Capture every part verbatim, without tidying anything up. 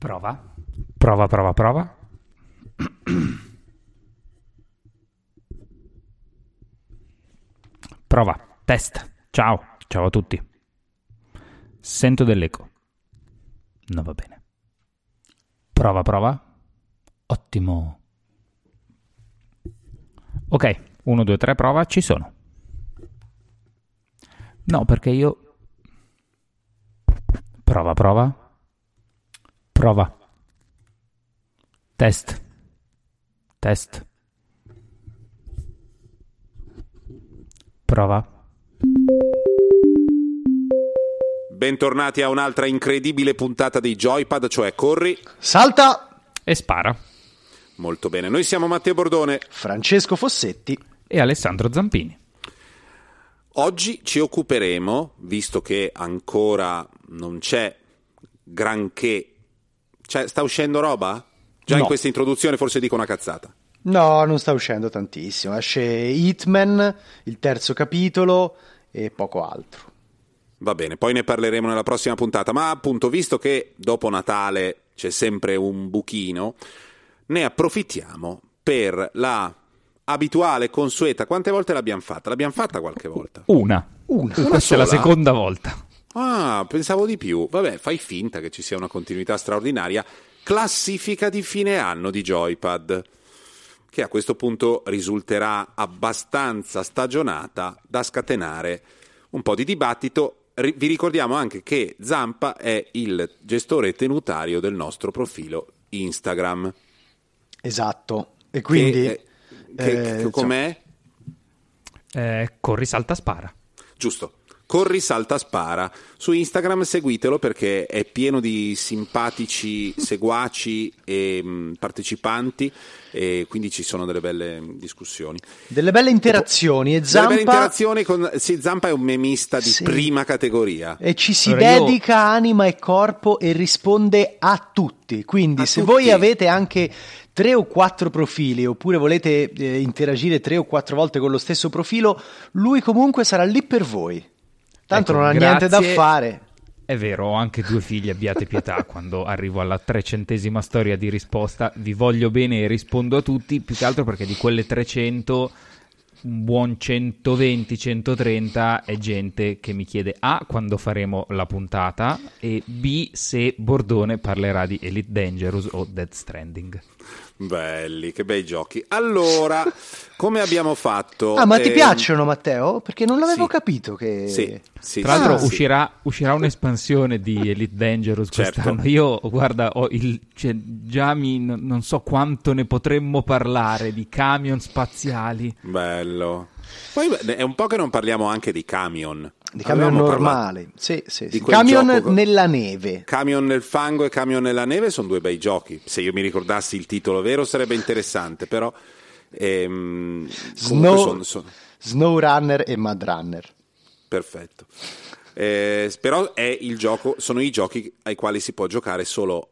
Prova, prova, prova, prova. Prova, test. Ciao, ciao a tutti. Sento dell'eco. Non va bene. Prova, prova. Ottimo. Ok, uno, due, tre, prova, ci sono. No, perché io... Prova, prova. Prova. Test. Test. Prova. Bentornati a un'altra incredibile puntata di Joypad, cioè corri, salta e spara. Molto bene, noi siamo Matteo Bordone, Francesco Fossetti e Alessandro Zampini. Oggi ci occuperemo, visto che ancora non c'è granché, cioè sta uscendo roba? Già no. In questa introduzione forse dico una cazzata. No, non sta uscendo tantissimo. Esce Hitman, il terzo capitolo e poco altro. Va bene, poi ne parleremo nella prossima puntata, ma appunto visto che dopo Natale c'è sempre un buchino, ne approfittiamo per la abituale, consueta. Quante volte l'abbiamo fatta? L'abbiamo fatta qualche volta? Una. Una. Questa Una è sola? la seconda volta. Ah, pensavo di più. Vabbè, fai finta che ci sia una continuità straordinaria. Classifica di fine anno di Joypad, che a questo punto risulterà abbastanza stagionata da scatenare un po' di dibattito. Vi ricordiamo anche che Zampa è il gestore tenutario del nostro profilo Instagram. Esatto. E quindi... Che, che, eh, com'è? Eh, corri, salta, spara. Giusto. Corri, salta, spara. Su Instagram seguitelo perché è pieno di simpatici seguaci e mh, partecipanti, e quindi ci sono delle belle discussioni. Delle belle interazioni. E Zampa... Delle belle interazioni con... Sì, Zampa è un memista di sì. prima categoria. E ci si Allora, dedica io... anima e corpo e risponde a tutti. Quindi A se tutti. voi avete anche tre o quattro profili oppure volete eh, interagire tre o quattro volte con lo stesso profilo, lui comunque sarà lì per voi. Tanto Ecco, non ha grazie. niente da fare. È vero, ho anche due figli, abbiate pietà quando arrivo alla trecentesima storia di risposta. Vi voglio bene e rispondo a tutti, più che altro perché di quelle trecento, un buon centoventi centotrenta è gente che mi chiede A, quando faremo la puntata, e B, se Bordone parlerà di Elite Dangerous o Death Stranding. Belli, che bei giochi. Allora, come abbiamo fatto? Ah, ma ti eh, piacciono, Matteo? Perché non l'avevo sì. capito che... Sì, sì, Tra l'altro sì, uscirà, uscirà un'espansione di Elite Dangerous Certo. quest'anno. Io, guarda, ho il, cioè, già mi, non non so quanto ne potremmo parlare di camion spaziali. Bello. Poi è un po' che non parliamo anche di camion. Di camion Avevamo normali. Sì, sì, di sì. quel Camion gioco- nella neve. Camion nel fango e camion nella neve sono due bei giochi. Se io mi ricordassi il titolo vero sarebbe interessante, però ehm, comunque Snow, son- son- Snow Runner e Mud Runner. perfetto. Eh, però è il gioco, sono i giochi ai quali si può giocare solo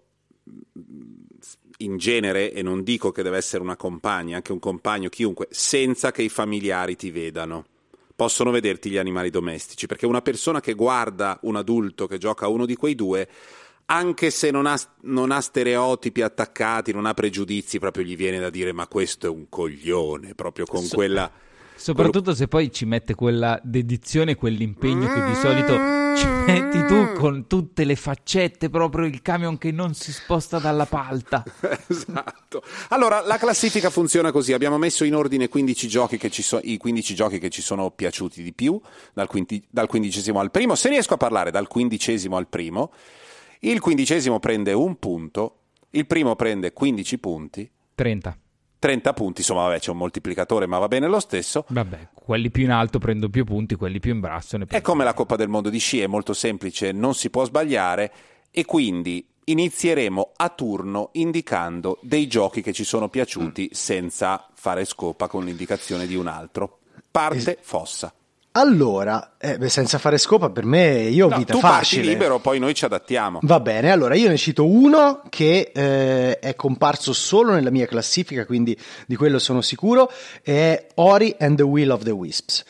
in genere, e non dico che deve essere una compagna, anche un compagno, chiunque, senza che i familiari ti vedano. Possono vederti gli animali domestici, perché una persona che guarda un adulto che gioca a uno di quei due, anche se non ha, non ha stereotipi attaccati, non ha pregiudizi, proprio gli viene da dire ma questo è un coglione, proprio con So- quella... Soprattutto quello- se poi ci mette quella dedizione, quell'impegno che di solito ci metti tu con tutte le faccette, proprio il camion che non si sposta dalla palta. Esatto. Allora, la classifica funziona così. Abbiamo messo in ordine quindici giochi che ci so- i quindici giochi che ci sono piaciuti di più, dal, quinti- dal quindicesimo al primo. Se riesco a parlare dal quindicesimo al primo, il quindicesimo prende un punto, il primo prende quindici punti, trenta. trenta punti, insomma, vabbè, c'è un moltiplicatore, ma va bene lo stesso. Vabbè, quelli più in alto prendono più punti, quelli più in basso ne È prendono. come la Coppa del Mondo di sci, è molto semplice, non si può sbagliare, e quindi inizieremo a turno indicando dei giochi che ci sono piaciuti senza fare scopa con l'indicazione di un altro. Parte Fossa. Allora, eh, beh, senza fare scopa, per me io ho No, vita tu facile. parti libero, poi noi ci adattiamo. Va bene, allora io ne cito uno che eh, è comparso solo nella mia classifica, quindi di quello sono sicuro, è Ori and the Will of the Wisps,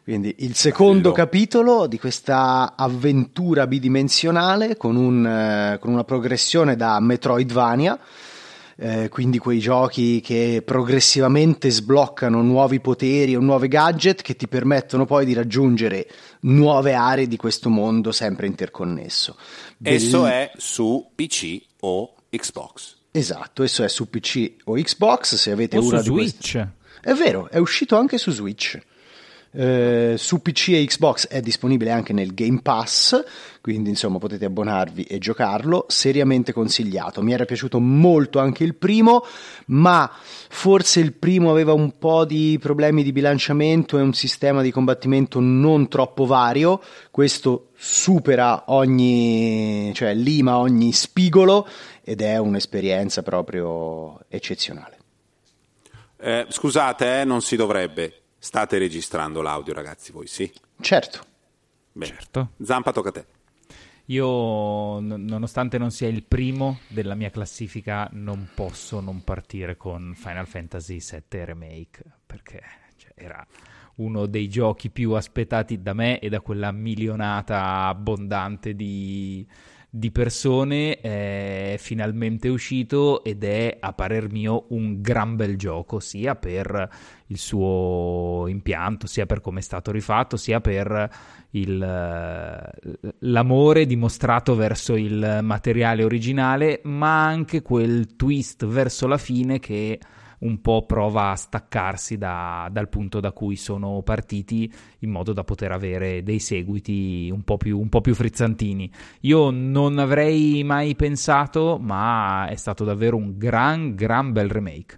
Quindi il secondo Bello. capitolo di questa avventura bidimensionale con, un, eh, con una progressione da Metroidvania, eh, quindi quei giochi che progressivamente sbloccano nuovi poteri o nuovi gadget che ti permettono poi di raggiungere nuove aree di questo mondo sempre interconnesso. Esso Bell- è su P C o Xbox. Esatto, esso è su P C o Xbox, se avete O su una di Switch. queste. È vero, è uscito anche su Switch. Eh, su P C e Xbox è disponibile anche nel Game Pass, quindi insomma potete abbonarvi e giocarlo, seriamente consigliato. Mi era piaciuto molto anche il primo, ma forse il primo aveva un po' di problemi di bilanciamento e un sistema di combattimento non troppo vario. Questo supera ogni, cioè lima ogni spigolo ed è un'esperienza proprio eccezionale. Eh, scusate, eh, non si dovrebbe. State registrando l'audio, ragazzi, voi sì? Certo. Bene. Certo. Zampa, tocca a te. Io, n- nonostante non sia il primo della mia classifica, non posso non partire con Final Fantasy sette Remake, perché cioè, era uno dei giochi più aspettati da me e da quella milionata abbondante di, di persone. È finalmente uscito ed è, a parer mio, un gran bel gioco, sia per il suo impianto, sia per come è stato rifatto, sia per il, l'amore dimostrato verso il materiale originale, ma anche quel twist verso la fine che un po' prova a staccarsi da, dal punto da cui sono partiti, in modo da poter avere dei seguiti un po' più, un po' più frizzantini. Io non avrei mai pensato, ma è stato davvero un gran, gran bel remake.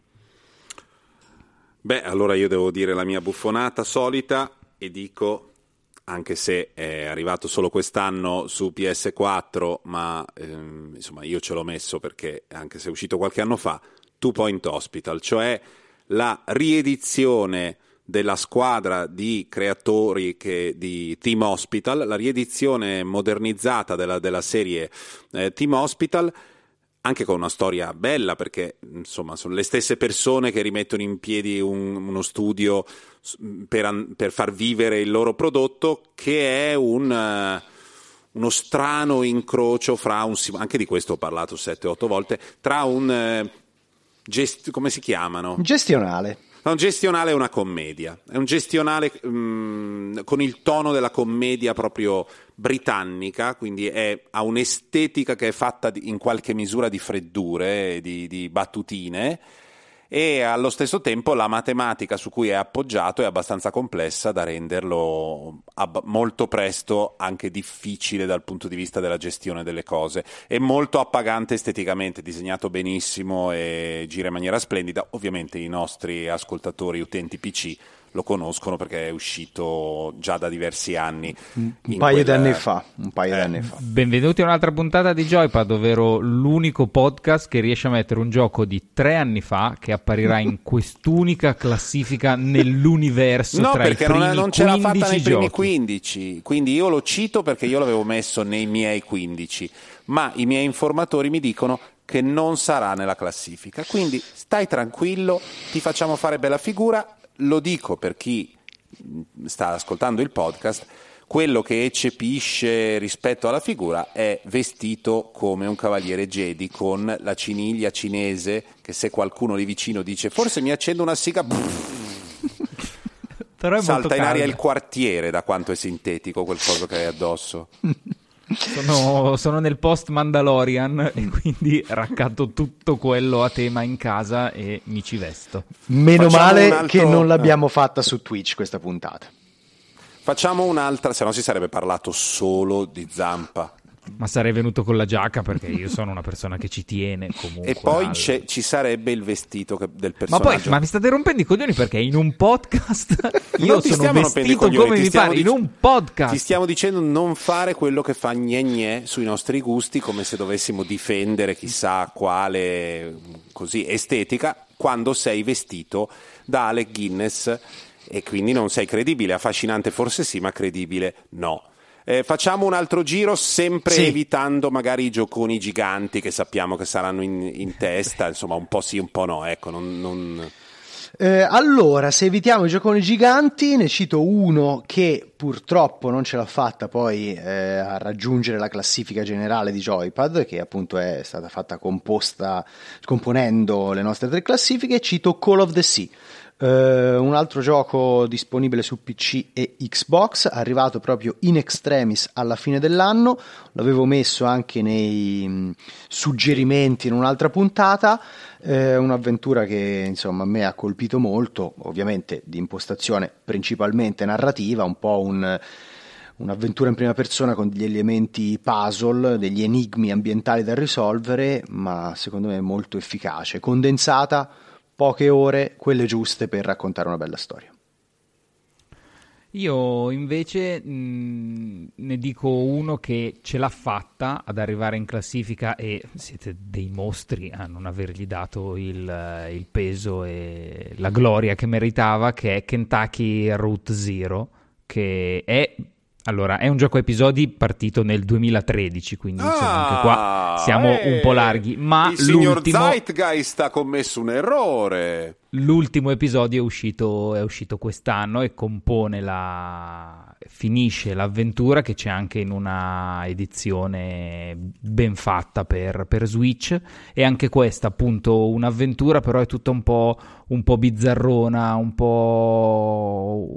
Beh, allora io devo dire la mia buffonata solita e dico, anche se è arrivato solo quest'anno su P S quattro, ma ehm, insomma io ce l'ho messo perché anche se è uscito qualche anno fa, Two Point Hospital, cioè la riedizione della squadra di creatori che, di Team Hospital, la riedizione modernizzata della, della serie eh, Team Hospital, anche con una storia bella, perché insomma sono le stesse persone che rimettono in piedi un, uno studio per, per far vivere il loro prodotto, che è un, uh, uno strano incrocio fra un, anche di questo ho parlato sette otto volte, tra un uh, gest, come si chiamano? Gestionale. Un gestionale e una commedia. È un gestionale mh, con il tono della commedia proprio britannica, quindi è, ha un'estetica che è fatta di, in qualche misura di freddure, di, di battutine, e allo stesso tempo la matematica su cui è appoggiato è abbastanza complessa da renderlo ab- molto presto anche difficile dal punto di vista della gestione delle cose. È molto appagante esteticamente, disegnato benissimo e gira in maniera splendida. Ovviamente i nostri ascoltatori utenti P C lo conoscono perché è uscito già da diversi anni. Un paio quella... di anni fa. Un paio eh. di anni fa. Benvenuti a un'altra puntata di Joypad, ovvero l'unico podcast che riesce a mettere un gioco di tre anni fa che apparirà in quest'unica classifica nell'universo no, tra perché i primi non, non ce l'ha fatta nei primi giochi. quindici, quindi io lo cito perché io l'avevo messo nei miei quindici, ma i miei informatori mi dicono che non sarà nella classifica, quindi stai tranquillo, ti facciamo fare bella figura. Lo dico per chi sta ascoltando il podcast, quello che eccepisce rispetto alla figura è vestito come un cavaliere Jedi, con la ciniglia cinese che se qualcuno lì vicino dice forse mi accendo una siga, Però è salta molto in aria calda. il quartiere da quanto è sintetico quel coso che hai addosso. Sono, sono nel post Mandalorian e quindi raccatto tutto quello a tema in casa e mi ci vesto. Meno Facciamo male un altro- che non l'abbiamo fatta su Twitch questa puntata. Facciamo un'altra, se no si sarebbe parlato solo di Zampa. Ma sarei venuto con la giacca perché io sono una persona che ci tiene comunque. E poi al- c'è- ci sarebbe il vestito che- del Ma personaggio. poi, ma mi state rompendo i coglioni perché in un podcast io Non ti sono stiamo rompendo i vestito coglioni, come ti mi stiamo pare, in dic- un podcast. Ti stiamo dicendo non fare quello che fa gne gne sui nostri gusti, come se dovessimo difendere chissà quale così estetica, quando sei vestito da Alec Guinness e quindi non sei credibile. Affascinante forse sì, ma credibile no. Eh, facciamo un altro giro, sempre Sì. evitando magari i gioconi giganti che sappiamo che saranno in, in testa, insomma un po' sì, un po' no, ecco, non... non... Eh, allora, se evitiamo i gioconi giganti, ne cito uno che purtroppo non ce l'ha fatta poi eh, a raggiungere la classifica generale di Joypad, che appunto è stata fatta composta componendo le nostre tre classifiche. Cito Call of the Sea. Uh, un altro gioco disponibile su P C e Xbox, arrivato proprio in extremis alla fine dell'anno. L'avevo messo anche nei mh, suggerimenti in un'altra puntata. Uh, un'avventura che insomma a me ha colpito molto, ovviamente di impostazione principalmente narrativa, un po' un un'avventura in prima persona con degli elementi puzzle, degli enigmi ambientali da risolvere, ma secondo me molto efficace, condensata, poche ore, quelle giuste per raccontare una bella storia. Io invece mh, ne dico uno che ce l'ha fatta ad arrivare in classifica e siete dei mostri a non avergli dato il, il peso e la gloria che meritava, che è Kentucky Route Zero, che è... Allora, è un gioco a episodi partito nel duemilatredici, quindi ah, insomma anche qua siamo eh, un po' larghi, ma il signor l'ultimo... Zeitgeist ha commesso un errore. L'ultimo episodio è uscito, è uscito quest'anno e compone la... finisce l'avventura, che c'è anche in una edizione ben fatta per, per Switch, e anche questa appunto un'avventura, però è tutta un po', un po' bizzarrona, un po'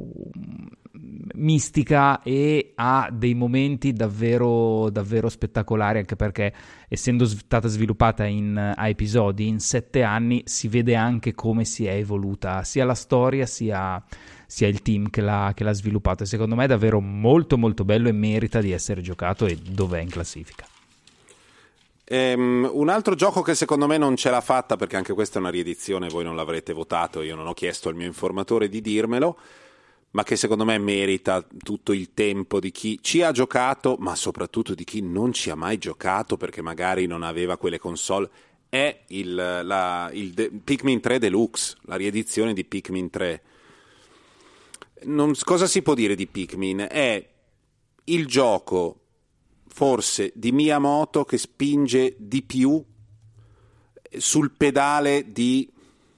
mistica, e ha dei momenti davvero davvero spettacolari, anche perché essendo stata sviluppata in, a episodi in sette anni, si vede anche come si è evoluta sia la storia sia, sia il team che l'ha, che l'ha sviluppato, e secondo me è davvero molto molto bello e merita di essere giocato, e dov'è in classifica. Um, un altro gioco che secondo me non ce l'ha fatta, perché anche questa è una riedizione, voi non l'avrete votato, io non ho chiesto al mio informatore di dirmelo, ma che secondo me merita tutto il tempo di chi ci ha giocato, ma soprattutto di chi non ci ha mai giocato perché magari non aveva quelle console, è il, la, il de- Pikmin tre Deluxe, la riedizione di Pikmin tre. Non, cosa si può dire di Pikmin? È il gioco forse di Miyamoto che spinge di più sul pedale di,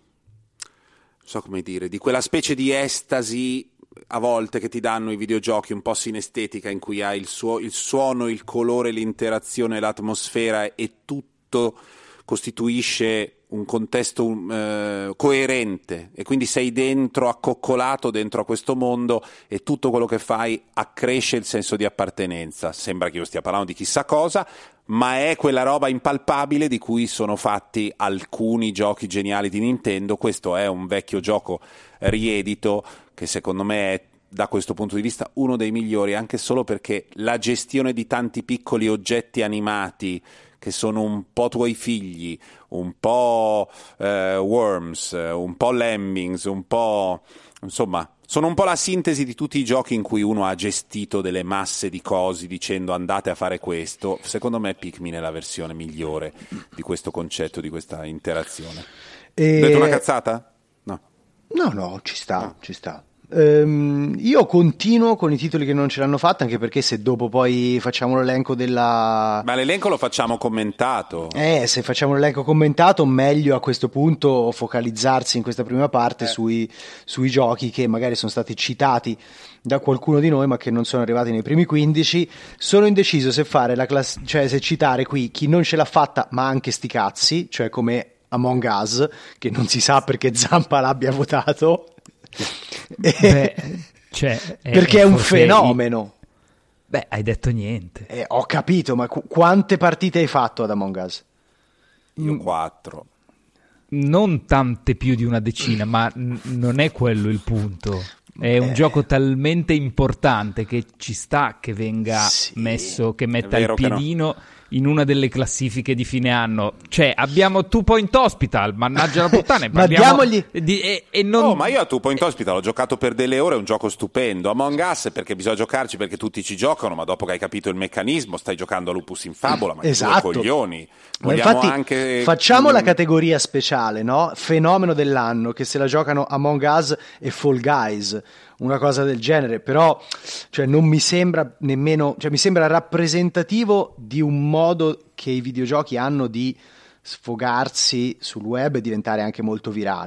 non so come dire, di quella specie di estasi a volte che ti danno i videogiochi un po' sinestetica, in cui hai il, suo, il suono, il colore, l'interazione, l'atmosfera, e tutto costituisce un contesto eh, coerente, e quindi sei dentro, accoccolato dentro a questo mondo, e tutto quello che fai accresce il senso di appartenenza. Sembra che io stia parlando di chissà cosa, ma è quella roba impalpabile di cui sono fatti alcuni giochi geniali di Nintendo. Questo è un vecchio gioco riedito che secondo me è, da questo punto di vista, uno dei migliori, anche solo perché la gestione di tanti piccoli oggetti animati che sono un po' tuoi figli, un po' eh, Worms, un po' Lemmings, un po'... insomma, sono un po' la sintesi di tutti i giochi in cui uno ha gestito delle masse di cosi dicendo andate a fare questo. Secondo me Pikmin è la versione migliore di questo concetto, di questa interazione. E... Ho detto una cazzata? No. No, no, ci sta, no. ci sta. Um, io continuo con i titoli che non ce l'hanno fatta, anche perché se dopo poi facciamo l'elenco della... Ma l'elenco lo facciamo commentato. Eh, se facciamo l'elenco commentato, meglio a questo punto focalizzarsi in questa prima parte eh. sui, sui giochi che magari sono stati citati da qualcuno di noi ma che non sono arrivati nei primi quindici. Sono indeciso se fare la class- cioè se citare qui chi non ce l'ha fatta ma anche sti cazzi, cioè come Among Us, che non si sa perché Zampa l'abbia votato. Beh, cioè, è, perché è un fenomeno. I... Beh, hai detto niente. Eh, ho capito, ma qu- quante partite hai fatto ad Among Us? Io quattro. Non tante più di una decina, ma n- non è quello il punto. È un eh. gioco talmente importante che ci sta che venga sì. messo, che metta il piedino in una delle classifiche di fine anno. Cioè, abbiamo Two Point Hospital, mannaggia la puttana. Ma diamogli... Di, e, e non... Oh, ma io a Two Point Hospital ho giocato per delle ore, è un gioco stupendo. Among Us perché bisogna giocarci, perché tutti ci giocano, ma dopo che hai capito il meccanismo stai giocando a Lupus in Fabola, ma esatto. due coglioni. Ma infatti anche... facciamo la categoria speciale, no? Fenomeno dell'anno, che se la giocano Among Us e Fall Guys, una cosa del genere, però cioè, non mi sembra nemmeno, cioè mi sembra rappresentativo di un modo che i videogiochi hanno di sfogarsi sul web e diventare anche molto virali.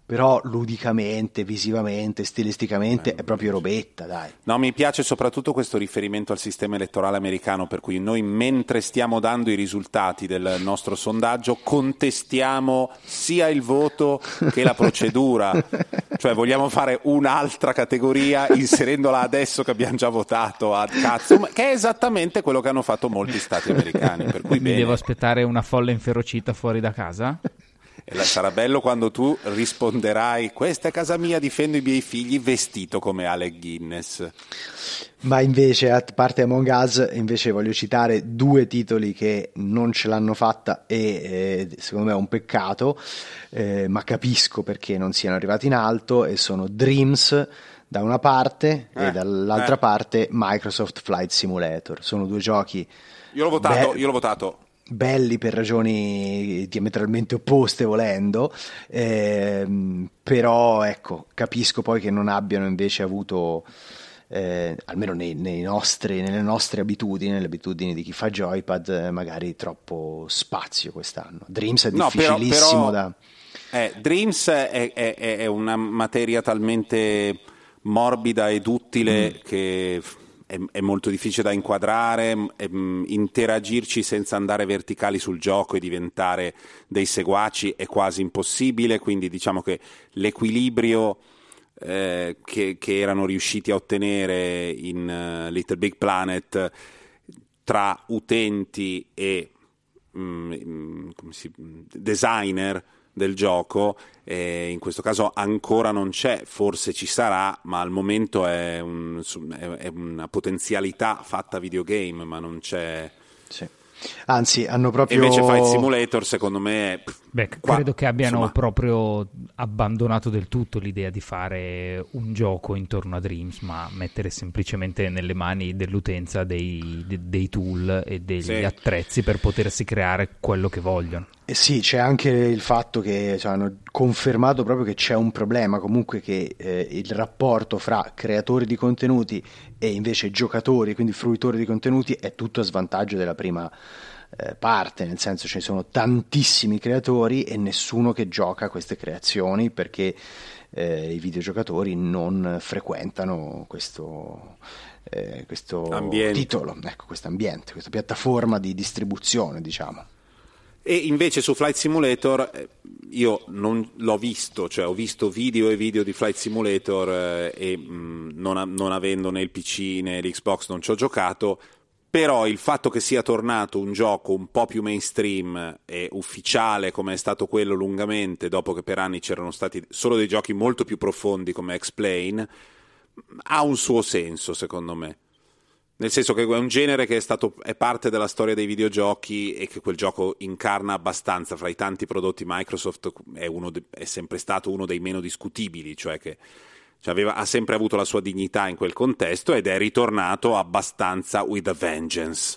però ludicamente, visivamente, stilisticamente eh, è proprio robetta, dai. No, mi piace soprattutto questo riferimento al sistema elettorale americano, per cui noi, mentre stiamo dando i risultati del nostro sondaggio, contestiamo sia il voto che la procedura. Cioè vogliamo fare un'altra categoria inserendola adesso che abbiamo già votato a cazzo, che è esattamente quello che hanno fatto molti stati americani, per cui Mi bene. devo aspettare una folla inferocita fuori da casa? E sarà bello quando tu risponderai: questa è casa mia, difendo i miei figli, vestito come Alec Guinness. Ma invece, a parte Among Us, invece voglio citare due titoli che non ce l'hanno fatta e eh, secondo me è un peccato, eh, ma capisco perché non siano arrivati in alto, e sono Dreams da una parte eh, e dall'altra eh. parte Microsoft Flight Simulator. Sono due giochi Io l'ho votato, be- io l'ho votato. belli per ragioni diametralmente opposte volendo, ehm, però ecco, capisco poi che non abbiano invece avuto eh, almeno nei, nei nostri, nelle nostre abitudini, nelle abitudini di chi fa joypad, eh, magari troppo spazio quest'anno. Dreams è No, però- difficilissimo però- da... Eh, Dreams è, è- è una materia talmente morbida ed duttile Mm. che è, è molto difficile da inquadrare, e, mh, interagirci senza andare verticali sul gioco e diventare dei seguaci è quasi impossibile, quindi diciamo che l'equilibrio eh, che, che erano riusciti a ottenere in uh, Little Big Planet tra utenti e mh, come si, designer del gioco, eh, in questo caso ancora non c'è, forse ci sarà, ma al momento è, un, è una potenzialità fatta videogame, ma non c'è. Sì. Anzi, hanno E proprio... invece Flight Simulator secondo me è, Beh, qua, credo che abbiano insomma, proprio abbandonato del tutto l'idea di fare un gioco intorno a Dreams, ma mettere semplicemente nelle mani dell'utenza dei, de- dei tool e degli Sì. attrezzi per potersi creare quello che vogliono. Eh sì, c'è anche il fatto che cioè, hanno confermato proprio che c'è un problema, comunque che eh, il rapporto fra creatori di contenuti e invece giocatori, quindi fruitori di contenuti, è tutto a svantaggio della prima eh, parte, nel senso ci sono tantissimi creatori e nessuno che gioca a queste creazioni perché eh, i videogiocatori non frequentano questo, eh, questo Ambiente. titolo, ecco, questo ambiente, questa piattaforma di distribuzione, diciamo. E invece su Flight Simulator eh, io non l'ho visto, cioè ho visto video e video di Flight Simulator eh, e mh, non, a- non avendo né il P C né l'Xbox non ci ho giocato, però il fatto che sia tornato un gioco un po' più mainstream e ufficiale come è stato quello lungamente, dopo che per anni c'erano stati solo dei giochi molto più profondi come X-Plane, ha un suo senso secondo me. Nel senso che è un genere che è stato è parte della storia dei videogiochi e che quel gioco incarna abbastanza fra i tanti prodotti Microsoft, è, uno de, è sempre stato uno dei meno discutibili, cioè che cioè aveva, ha sempre avuto la sua dignità in quel contesto ed è ritornato abbastanza with a vengeance.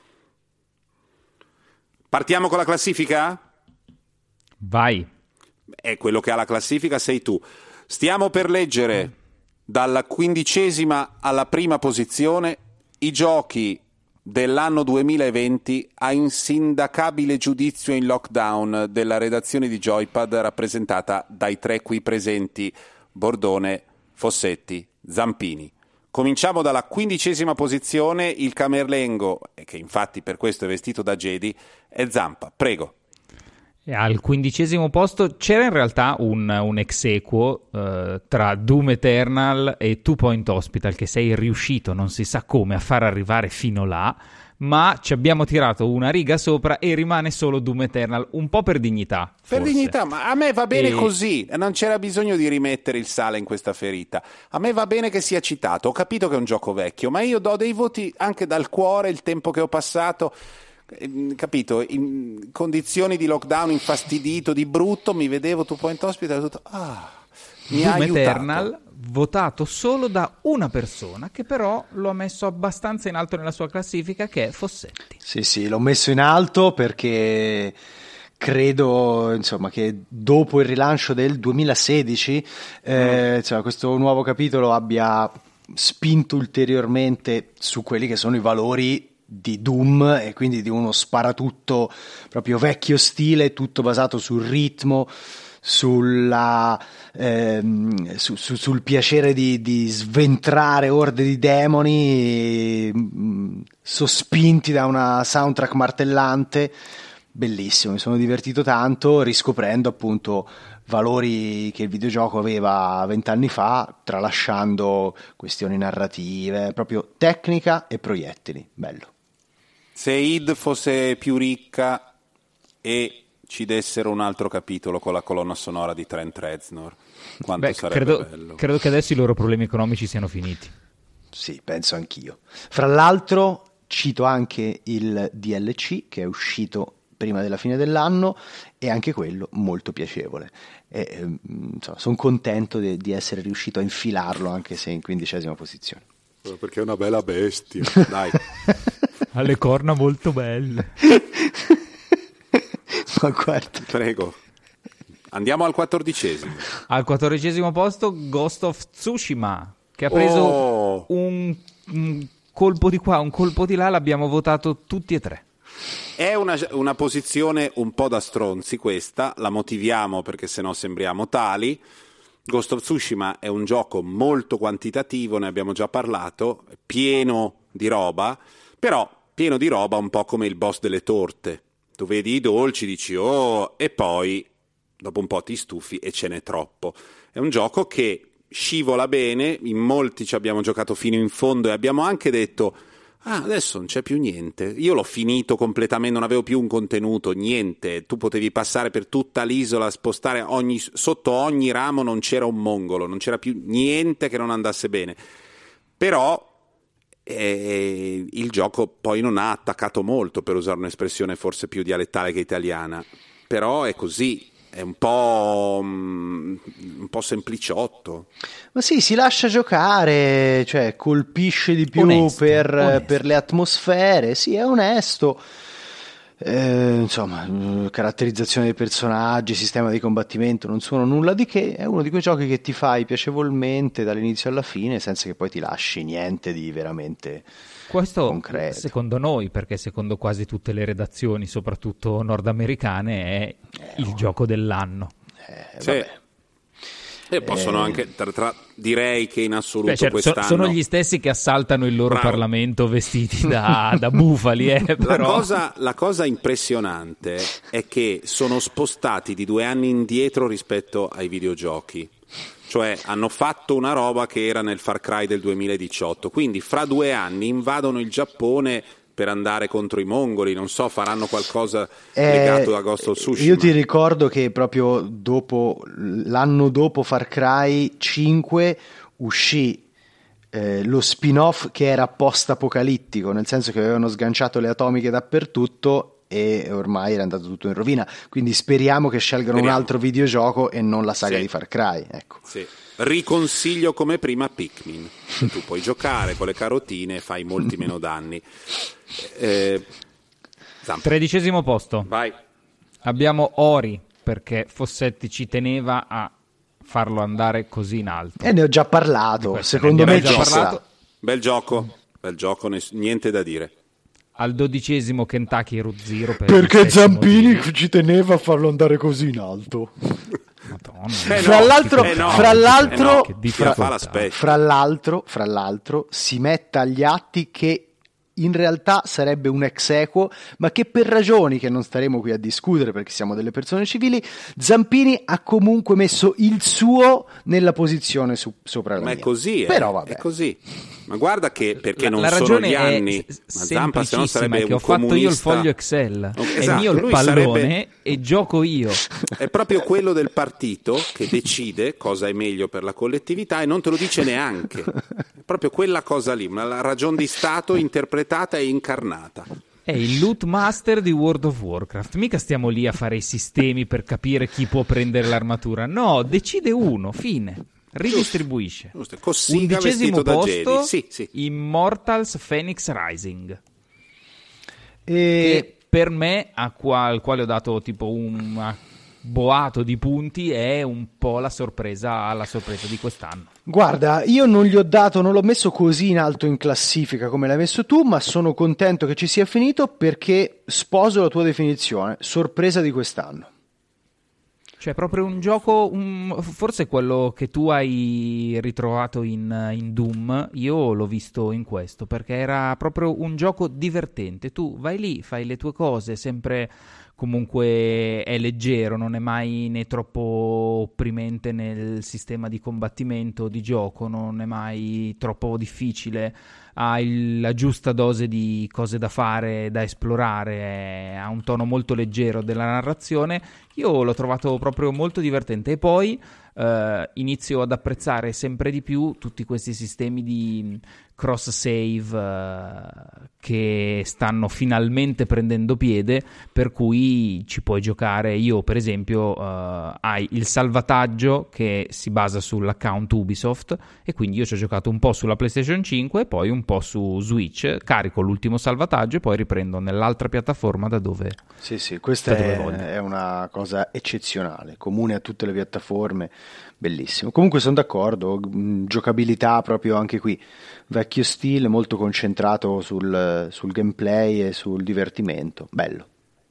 Partiamo con la classifica? Vai. È quello che ha la classifica sei tu. Stiamo per leggere dalla quindicesima alla prima posizione i giochi dell'anno duemilaventi a insindacabile giudizio in lockdown della redazione di Joypad, rappresentata dai tre qui presenti: Bordone, Fossetti, Zampini. Cominciamo dalla quindicesima posizione, il camerlengo, che infatti per questo è vestito da Jedi, è Zampa. Prego. E al quindicesimo posto c'era in realtà un, un ex equo eh, tra Doom Eternal e Two Point Hospital, che sei riuscito, non si sa come, a far arrivare fino là, ma ci abbiamo tirato una riga sopra e rimane solo Doom Eternal, un po' per dignità. Per forse. dignità, ma a me va bene E- così, non c'era bisogno di rimettere il sale in questa ferita. A me va bene che sia citato, ho capito che è un gioco vecchio, ma io do dei voti anche dal cuore, il tempo che ho passato. Eh, capito, in condizioni di lockdown, infastidito, di brutto, mi vedevo Two Point Hospital e ho detto ah, mi ha Doom aiutato. Eternal votato solo da una persona che però lo ha messo abbastanza in alto nella sua classifica, che è Fossetti. Sì, sì, l'ho messo in alto perché credo, insomma, che dopo il rilancio del duemilasedici, eh, insomma, questo nuovo capitolo abbia spinto ulteriormente su quelli che sono i valori di Doom, e quindi di uno sparatutto proprio vecchio stile, tutto basato sul ritmo, sulla, ehm, su, su, sul piacere di, di sventrare orde di demoni mh, sospinti da una soundtrack martellante. Bellissimo, mi sono divertito tanto riscoprendo appunto valori che il videogioco aveva vent'anni fa, tralasciando questioni narrative, proprio tecnica e proiettili. Bello. Se id fosse più ricca e ci dessero un altro capitolo con la colonna sonora di Trent Reznor, quanto Beh, sarebbe credo, bello. credo che adesso i loro problemi economici siano finiti. Sì, penso anch'io. Fra l'altro cito anche il D L C che è uscito prima della fine dell'anno e anche quello molto piacevole. E, insomma, sono contento de- di essere riuscito a infilarlo anche se in quindicesima posizione. Perché è una bella bestia. Dai. Ha le corna molto belle. Ma guarda. Prego. Andiamo al quattordicesimo. Al quattordicesimo posto Ghost of Tsushima, che ha preso Oh. un, un colpo di qua, un colpo di là, l'abbiamo votato tutti e tre. È una, una posizione un po' da stronzi questa, la motiviamo perché sennò sembriamo tali. Ghost of Tsushima è un gioco molto quantitativo, ne abbiamo già parlato, pieno di roba, però pieno di roba un po' come il boss delle torte. Tu vedi i dolci, dici oh, e poi dopo un po' ti stufi e ce n'è troppo. È un gioco che scivola bene, in molti ci abbiamo giocato fino in fondo e abbiamo anche detto ah, adesso non c'è più niente. Io l'ho finito completamente, non avevo più un contenuto, niente. Tu potevi passare per tutta l'isola, spostare ogni, sotto ogni ramo non c'era un mongolo, non c'era più niente che non andasse bene. Però eh, il gioco poi non ha attaccato molto, per usare un'espressione forse più dialettale che italiana. Però è così. È un po' um, un po' sempliciotto. Ma sì, si lascia giocare, cioè colpisce di più Onesto, per, onesto. per le atmosfere, sì, è onesto. Eh, insomma, eh, caratterizzazione dei personaggi, sistema di combattimento non sono nulla di che, è uno di quei giochi che ti fai piacevolmente dall'inizio alla fine senza che poi ti lasci niente di veramente Questo concreto. secondo noi, perché secondo quasi tutte le redazioni, soprattutto nordamericane, è il gioco dell'anno. Eh, Sì. vabbè. E possono Eh. anche, tra, tra- direi che in assoluto Beh, certo, so- quest'anno... sono gli stessi che assaltano il loro Bravo. Parlamento vestiti da, da bufali, eh, La però... cosa, la cosa impressionante è che sono spostati di due anni indietro rispetto ai videogiochi. Cioè hanno fatto una roba che era nel Far Cry del duemiladiciotto, quindi fra due anni invadono il Giappone per andare contro i mongoli, non so, faranno qualcosa legato Eh, a Ghost of Tsushima. Io ti ricordo che proprio dopo l'anno dopo Far Cry cinque uscì eh, lo spin-off che era post-apocalittico, nel senso che avevano sganciato le atomiche dappertutto e ormai era andato tutto in rovina, quindi speriamo che scelgano Speriamo. un altro videogioco e non la saga Sì. di Far Cry, ecco. Sì. Riconsiglio come prima Pikmin, che tu puoi giocare con le carotine e fai molti meno danni. Eh, Zampa, Tredicesimo posto. vai. Abbiamo Ori, perché Fossetti ci teneva a farlo andare così in alto. E ne ho già parlato, questo secondo ne me abbiamo ci già sta. parlato. Bel gioco, bel gioco, ness- niente da dire. Al dodicesimo Kentucky Route Zero. Per Perché gli stessi Zampini motivi. ci teneva a farlo andare così in alto. Madonna. Eh Fra no, l'altro- eh no, fra eh l'altro- no, che chi la difficoltà. fa l'aspetta. Fra l'altro, fra l'altro, si metta agli atti che in realtà sarebbe un ex equo, ma che per ragioni che non staremo qui a discutere perché siamo delle persone civili, Zampini ha comunque messo il suo nella posizione su- sopra la Ma è mia. così, eh, Però vabbè. è così. Ma guarda che perché La- non la sono ragione gli è anni, s- ma Zampa se no semplicissima, sarebbe è che un ho fatto io il comunista. foglio Excel, Ok, è esatto, mio il lui pallone sarebbe- e gioco io. È proprio quello del partito che decide cosa è meglio per la collettività e non te lo dice neanche. È proprio quella cosa lì, una ragion di Stato interpretata e incarnata. È il loot master di World of Warcraft. Mica stiamo lì a fare i sistemi per capire chi può prendere l'armatura. No, decide uno, fine. Ridistribuisce. Giusto, Cossiga Undicesimo vestito da posto, Jedi. Sì, sì. Immortals Phoenix Rising. E Che per me, a qua- al quale ho dato tipo un boato di punti, è un po' la sorpresa, la sorpresa di quest'anno. guarda, io non gli ho dato, non l'ho messo così in alto in classifica come l'hai messo tu, ma sono contento che ci sia finito perché sposo la tua definizione, sorpresa di quest'anno. Cioè, proprio un gioco, un, forse quello che tu hai ritrovato in, in Doom, io l'ho visto in questo, perché era proprio un gioco divertente. Tu vai lì, fai le tue cose, sempre comunque è leggero, non è mai né troppo opprimente nel sistema di combattimento, di gioco, non è mai troppo difficile, ha il, la giusta dose di cose da fare, da esplorare, ha un tono molto leggero della narrazione. Io l'ho trovato proprio molto divertente e poi eh, inizio ad apprezzare sempre di più tutti questi sistemi di cross save eh, che stanno finalmente prendendo piede, per cui ci puoi giocare. Io per esempio eh, hai il salvataggio che si basa sull'account Ubisoft e quindi io ci ho giocato un po' sulla PlayStation cinque e poi un po' su Switch, carico l'ultimo salvataggio e poi riprendo nell'altra piattaforma da dove sì sì questa è, è una cosa eccezionale, comune a tutte le piattaforme, bellissimo. Comunque sono d'accordo, giocabilità proprio anche qui vecchio stile, molto concentrato sul, sul gameplay e sul divertimento, bello.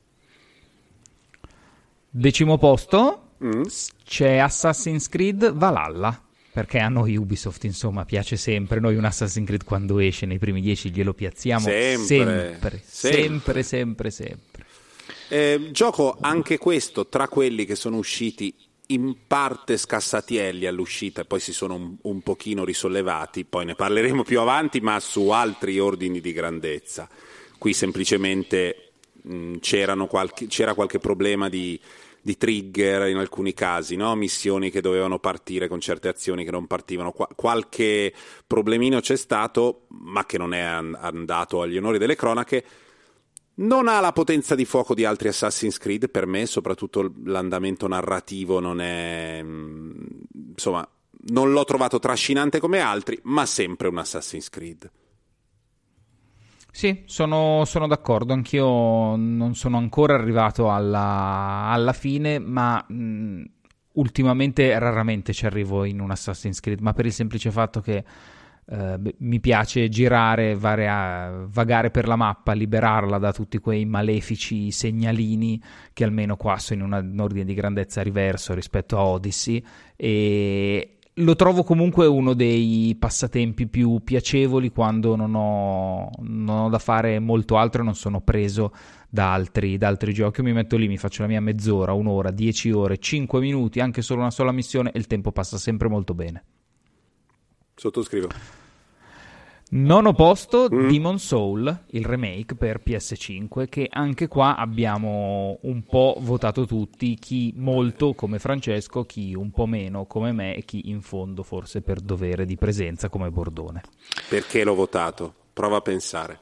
Decimo posto mm. c'è Assassin's Creed Valhalla, perché a noi Ubisoft insomma piace sempre, noi un Assassin's Creed quando esce nei primi dieci glielo piazziamo sempre sempre sempre sempre, sempre. Eh, gioco anche questo tra quelli che sono usciti in parte scassatielli all'uscita e poi si sono un, un pochino risollevati, poi ne parleremo più avanti, ma su altri ordini di grandezza. Qui semplicemente mh, c'erano qualche, c'era qualche problema di, di trigger in alcuni casi, no? Missioni che dovevano partire con certe azioni che non partivano, Qua, qualche problemino c'è stato, ma che non è an- andato agli onori delle cronache. Non ha la potenza di fuoco di altri Assassin's Creed, per me, soprattutto l'andamento narrativo non è... insomma, non l'ho trovato trascinante come altri, ma sempre un Assassin's Creed. Sì, sono, sono d'accordo, anch'io non sono ancora arrivato alla, alla fine, ma mh, ultimamente raramente ci arrivo in un Assassin's Creed, ma per il semplice fatto che Uh, mi piace girare, varia, vagare per la mappa, liberarla da tutti quei malefici segnalini che almeno qua sono in una, un ordine di grandezza diverso rispetto a Odyssey, e lo trovo comunque uno dei passatempi più piacevoli quando non ho, non ho da fare molto altro e non sono preso da altri, da altri giochi. Io mi metto lì, mi faccio la mia mezz'ora, un'ora, dieci ore, cinque minuti, anche solo una sola missione e il tempo passa sempre molto bene. Sottoscrivo. Nono posto, mm. Demon Soul, il remake per P S cinque, che anche qua abbiamo un po' votato tutti, chi molto come Francesco, chi un po' meno come me e chi in fondo forse per dovere di presenza come Bordone. Perché l'ho votato? Prova a pensare.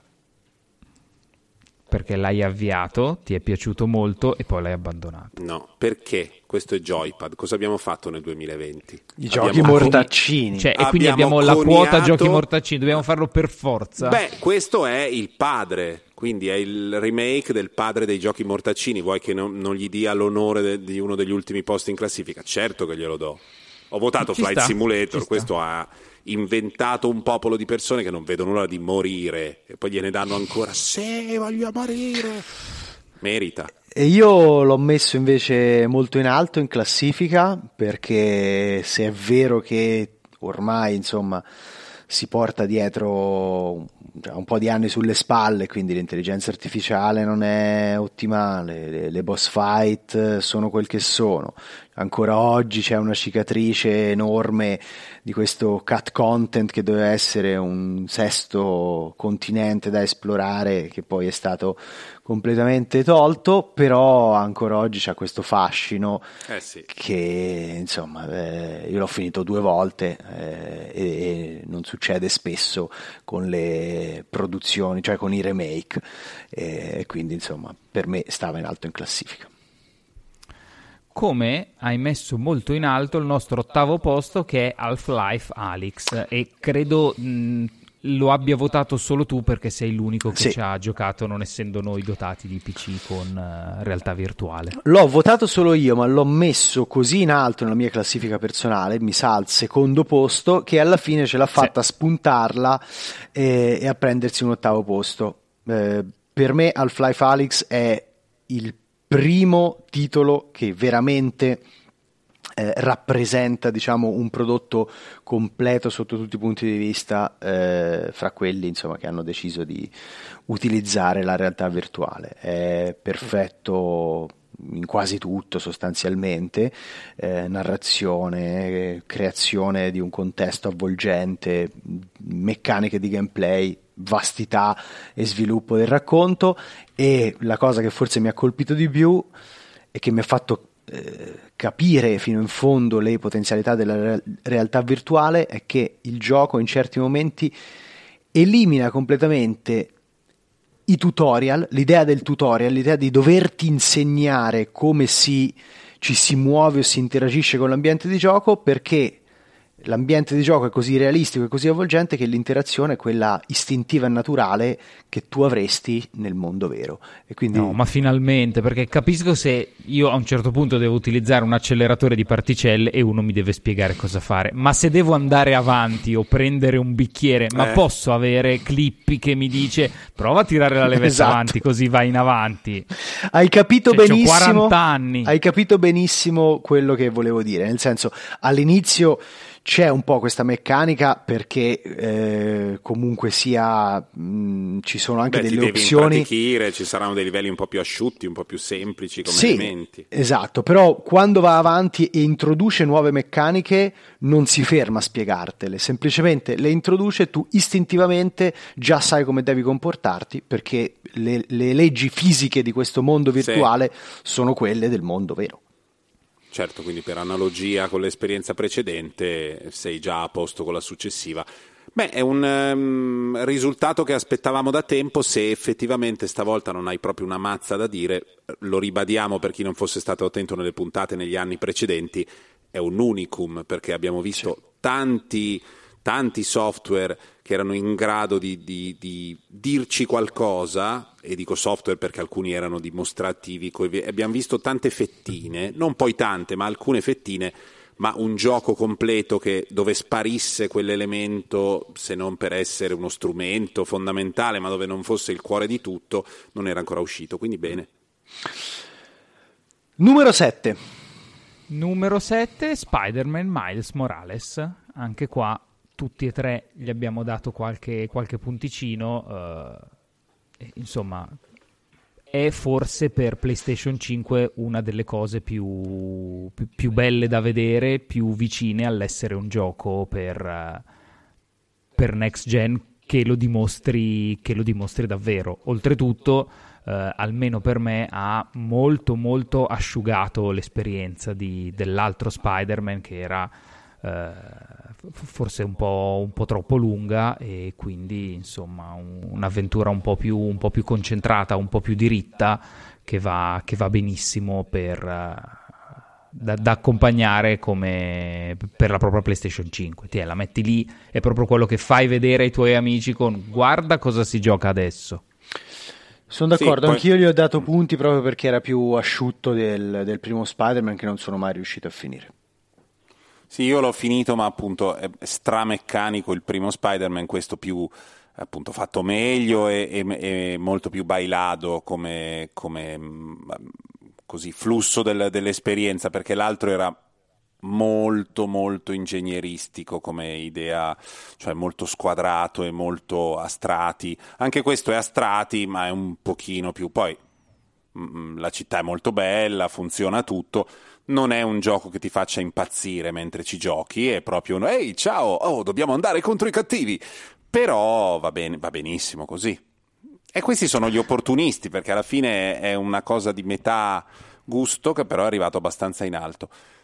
Perché l'hai avviato, ti è piaciuto molto e poi l'hai abbandonato. No, perché questo è Joypad. Cosa abbiamo fatto nel duemilaventi? I abbiamo giochi mortaccini. Cioè, e quindi abbiamo la coniato... quota giochi mortaccini, dobbiamo farlo per forza. Beh, questo è il padre, quindi è il remake del padre dei giochi mortaccini. Vuoi che non, non gli dia l'onore de, di uno degli ultimi posti in classifica? Certo che glielo do. Ho votato Ci Flight sta, Simulator, ci questo sta. ha inventato un popolo di persone che non vedono l'ora di morire e poi gliene danno ancora. Sì, voglio morire. Merita. E io l'ho messo invece molto in alto in classifica, perché se è vero che ormai insomma si porta dietro cioè, un po' di anni sulle spalle, quindi l'intelligenza artificiale non è ottimale, le, le boss fight sono quel che sono, ancora oggi c'è una cicatrice enorme di questo cut content che doveva essere un sesto continente da esplorare, che poi è stato completamente tolto, però ancora oggi c'ha questo fascino eh sì. che insomma eh, io l'ho finito due volte eh, e, e non succede spesso con le produzioni, cioè con i remake, e quindi insomma per me stava in alto in classifica. Come hai messo molto in alto il nostro ottavo posto, che è Half-Life Alyx, e credo mh, lo abbia votato solo tu perché sei l'unico che sì. ci ha giocato, non essendo noi dotati di P C con uh, realtà virtuale. L'ho votato solo io, ma l'ho messo così in alto nella mia classifica personale, mi sa al secondo posto, che alla fine ce l'ha fatta sì. spuntarla e, e a prendersi un ottavo posto. Eh, per me Half-Life Alyx è il primo titolo che veramente eh, rappresenta, diciamo, un prodotto completo sotto tutti i punti di vista, eh, fra quelli, insomma, che hanno deciso di utilizzare la realtà virtuale. È perfetto in quasi tutto, sostanzialmente, eh, narrazione, creazione di un contesto avvolgente, meccaniche di gameplay, vastità e sviluppo del racconto. E la cosa che forse mi ha colpito di più e che mi ha fatto eh, capire fino in fondo le potenzialità della re- realtà virtuale è che il gioco in certi momenti elimina completamente i tutorial, l'idea del tutorial, l'idea di doverti insegnare come si, ci si muove o si interagisce con l'ambiente di gioco, perché l'ambiente di gioco è così realistico e così avvolgente che l'interazione è quella istintiva e naturale che tu avresti nel mondo vero. E quindi... No, ma finalmente, perché capisco se io a un certo punto devo utilizzare un acceleratore di particelle e uno mi deve spiegare cosa fare, ma se devo andare avanti o prendere un bicchiere, ma eh. posso avere Clippy che mi dice prova a tirare la levetta Esatto. avanti così vai in avanti. Hai capito Cioè, c'ho benissimo, quaranta anni. Hai capito benissimo quello che volevo dire, nel senso, all'inizio c'è un po' questa meccanica perché eh, comunque sia mh, ci sono anche Beh, delle ti devi opzioni, impratichire, ci saranno dei livelli un po' più asciutti, un po' più semplici come sì, elementi. esatto, però quando va avanti e introduce nuove meccaniche non si ferma a spiegartele, semplicemente le introduce, tu istintivamente già sai come devi comportarti perché le, le leggi fisiche di questo mondo virtuale sì. sono quelle del mondo vero. Certo, quindi per analogia con l'esperienza precedente sei già a posto con la successiva. Beh, è un um, risultato che aspettavamo da tempo. Se effettivamente stavolta non hai proprio una mazza da dire, lo ribadiamo per chi non fosse stato attento nelle puntate negli anni precedenti, è un unicum, perché abbiamo visto sì. tanti, tanti software che erano in grado di, di, di dirci qualcosa, e dico software perché alcuni erano dimostrativi, abbiamo visto tante fettine, non poi tante, ma alcune fettine, ma un gioco completo che dove sparisse quell'elemento, se non per essere uno strumento fondamentale, ma dove non fosse il cuore di tutto, non era ancora uscito, quindi bene. Numero sette. Numero sette, Spider-Man Miles Morales, anche qua tutti e tre gli abbiamo dato qualche, qualche punticino, eh, insomma è forse per PlayStation cinque una delle cose più, più, più belle da vedere, più vicine all'essere un gioco per, per next gen che lo dimostri, che lo dimostri davvero. Oltretutto, eh, almeno per me, ha molto molto asciugato l'esperienza di, dell'altro Spider-Man, che era eh, forse un po', un po' troppo lunga, e quindi insomma un, un'avventura un po' più un po' più concentrata, un po' più diritta, che va, che va benissimo per uh, da, da accompagnare come per la propria PlayStation cinque. Ti la metti lì, è proprio quello che fai vedere ai tuoi amici con guarda cosa si gioca adesso. Sono d'accordo, sì, anch'io gli ho dato punti proprio perché era più asciutto del, del primo Spider-Man, che non sono mai riuscito a finire. Sì, io l'ho finito, ma appunto è strameccanico il primo Spider-Man, questo più appunto fatto meglio e, e, e molto più bailado come, come così flusso del, dell'esperienza, perché l'altro era molto molto ingegneristico come idea, cioè molto squadrato e molto a strati. Anche questo è a strati, ma è un pochino più, poi mh, la città è molto bella, funziona tutto. Non è un gioco che ti faccia impazzire mentre ci giochi, è proprio un ehi ciao, oh dobbiamo andare contro i cattivi, però va bene, va benissimo così. E questi sono gli opportunisti, perché alla fine è una cosa di metà gusto che però è arrivato abbastanza in alto.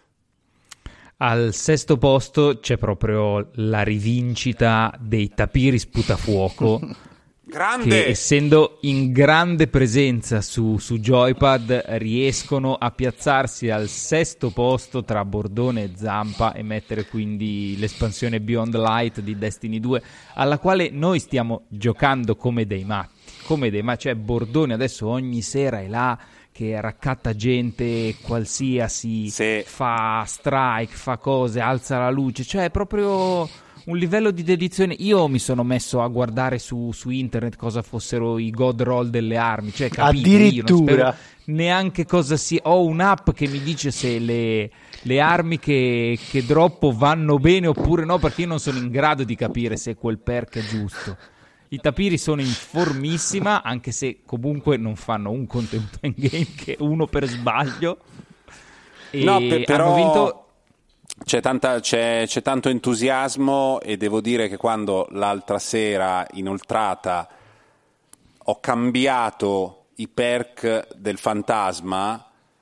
Al sesto posto c'è proprio la rivincita dei tapiri sputafuoco. Grande! Che essendo in grande presenza su, su Joypad riescono a piazzarsi al sesto posto tra Bordone e Zampa e mettere quindi l'espansione Beyond Light di Destiny due, alla quale noi stiamo giocando come dei matti, come dei matti. Cioè Bordone adesso ogni sera è là che raccatta gente qualsiasi, sì. fa strike, fa cose, alza la luce, cioè è proprio un livello di dedizione. Io mi sono messo a guardare su, su internet cosa fossero i god roll delle armi, cioè capito, addirittura io non spero neanche cosa sia. Ho un'app che mi dice se le, le armi che, che droppo vanno bene oppure no, perché io non sono in grado di capire se quel perk è giusto. I tapiri sono in formissima, anche se comunque non fanno un contenuto in game che uno per sbaglio. E no, per, però hanno vinto... c'è, tanta, c'è, c'è tanto entusiasmo, e devo dire che quando l'altra sera inoltrata ho cambiato i perk del fantasma,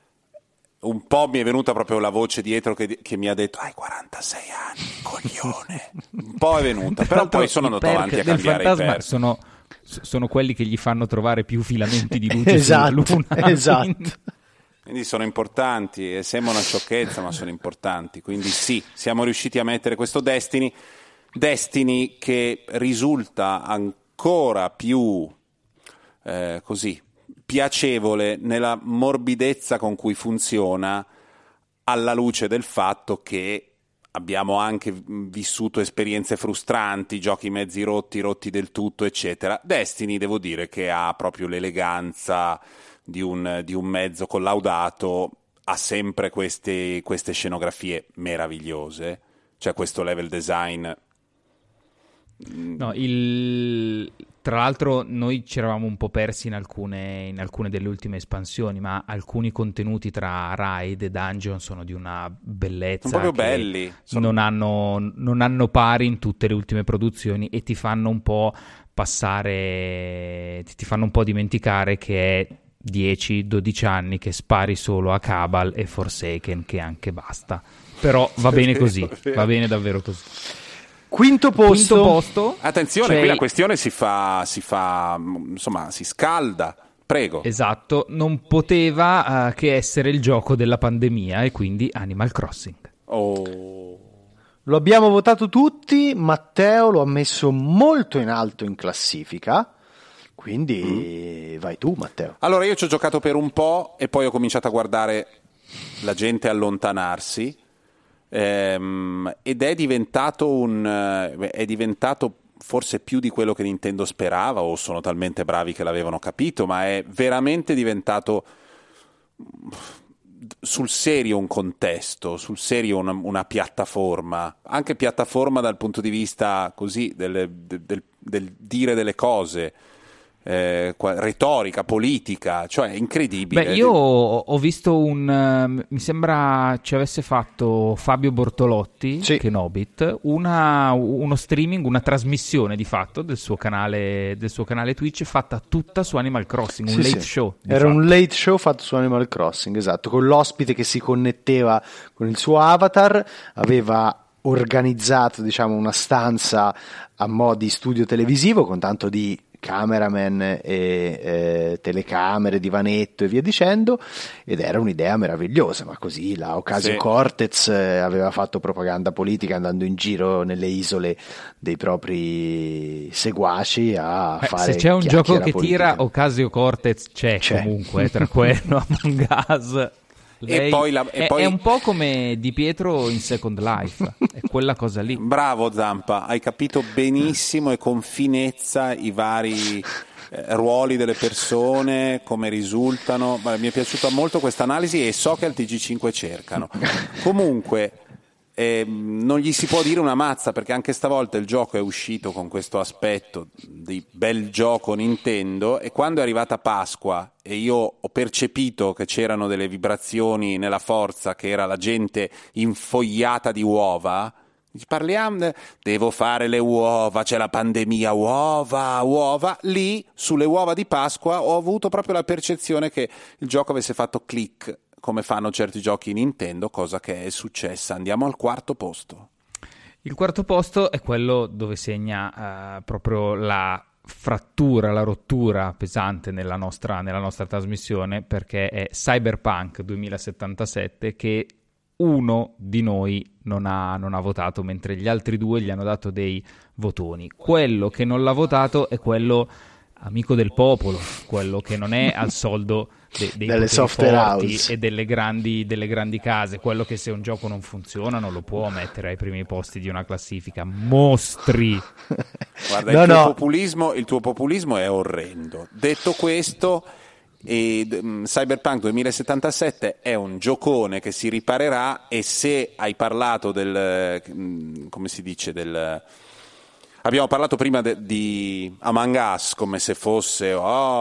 un po' mi è venuta proprio la voce dietro che, che mi ha detto hai quarantasei anni, coglione. Un po' è venuta, però poi sono andato avanti a cambiare i perk. Sono, sono quelli che gli fanno trovare più filamenti di luce esatto, sulla luna. Esatto. Quindi... quindi sono importanti, e sembra una sciocchezza ma sono importanti, quindi sì, siamo riusciti a mettere questo Destiny Destiny che risulta ancora più eh, così piacevole nella morbidezza con cui funziona, alla luce del fatto che abbiamo anche vissuto esperienze frustranti, giochi mezzi rotti, rotti del tutto, eccetera. Destiny, devo dire che ha proprio l'eleganza di un, di un mezzo collaudato, ha sempre queste, queste scenografie meravigliose, cioè questo level design. No, il... Tra l'altro noi ci eravamo un po' persi in alcune, in alcune delle ultime espansioni, ma alcuni contenuti tra raid e dungeon sono di una bellezza. Sono proprio belli. Sono... Non, hanno, non hanno pari in tutte le ultime produzioni, e ti fanno un po' passare, ti fanno un po' dimenticare che è dieci dodici anni che spari solo a Cabal e Forsaken, che anche basta. Però va bene così, va bene davvero così. Quinto posto. Quinto posto. Attenzione, qui la questione si fa, si fa, insomma, si scalda. Prego. Esatto, non poteva uh, che essere il gioco della pandemia, e quindi Animal Crossing. Oh. Lo abbiamo votato tutti, Matteo lo ha messo molto in alto in classifica, quindi mm. vai tu, Matteo. Allora, io ci ho giocato per un po' e poi ho cominciato a guardare la gente allontanarsi. Ehm, ed è diventato un è diventato forse più di quello che Nintendo sperava, o sono talmente bravi che l'avevano capito, ma è veramente diventato sul serio un contesto, sul serio una, una piattaforma, anche piattaforma dal punto di vista così del, del, del, del dire delle cose. Eh, retorica, politica, cioè incredibile. Beh, io ho visto un uh, mi sembra ci avesse fatto Fabio Bortolotti, sì. Kenobit, una, uno streaming, una trasmissione di fatto del suo canale del suo canale Twitch, fatta tutta su Animal Crossing, un sì, late sì. show. Era fatto. un late show fatto su Animal Crossing, esatto, con l'ospite che si connetteva con il suo avatar, aveva organizzato, diciamo, una stanza a mo' di studio televisivo con tanto di cameraman e eh, telecamere, divanetto e via dicendo, ed era un'idea meravigliosa, ma così la Ocasio-Cortez eh, aveva fatto propaganda politica andando in giro nelle isole dei propri seguaci a eh, fare se c'è un gioco che politica. Tira Ocasio-Cortez c'è, c'è. Comunque tra quello Among Us. Lei e poi la, e è, poi... è un po' come Di Pietro in Second Life, è quella cosa lì. Bravo Zampa, hai capito benissimo e con finezza i vari eh, ruoli delle persone, come risultano. Beh, mi è piaciuta molto questa analisi e so che al T G cinque cercano. Comunque eh, non gli si può dire una mazza, perché anche stavolta il gioco è uscito con questo aspetto di bel gioco Nintendo, e quando è arrivata Pasqua e io ho percepito che c'erano delle vibrazioni nella forza, che era la gente infogliata di uova, parliamo, devo fare le uova, c'è la pandemia, uova, uova, lì sulle uova di Pasqua ho avuto proprio la percezione che il gioco avesse fatto click, come fanno certi giochi Nintendo, cosa che è successa. Andiamo al quarto posto. Il quarto posto è quello dove segna uh, proprio la frattura, la rottura pesante nella nostra, nella nostra trasmissione, perché è Cyberpunk duemilasettantasette, che uno di noi non ha, non ha votato, mentre gli altri due gli hanno dato dei votoni. Quello che non l'ha votato è quello amico del popolo, quello che non è al soldo de- dei delle poteri software forti house e delle grandi, delle grandi case. Quello che se un gioco non funziona non lo può mettere ai primi posti di una classifica. Mostri. Guarda, no, il, tuo no. populismo, il tuo populismo è orrendo. Detto questo, e, um, Cyberpunk duemilasettantasette è un giocone che si riparerà, e se hai parlato del, um, come si dice, del... Abbiamo parlato prima de, di Among Us come se fosse... Oh,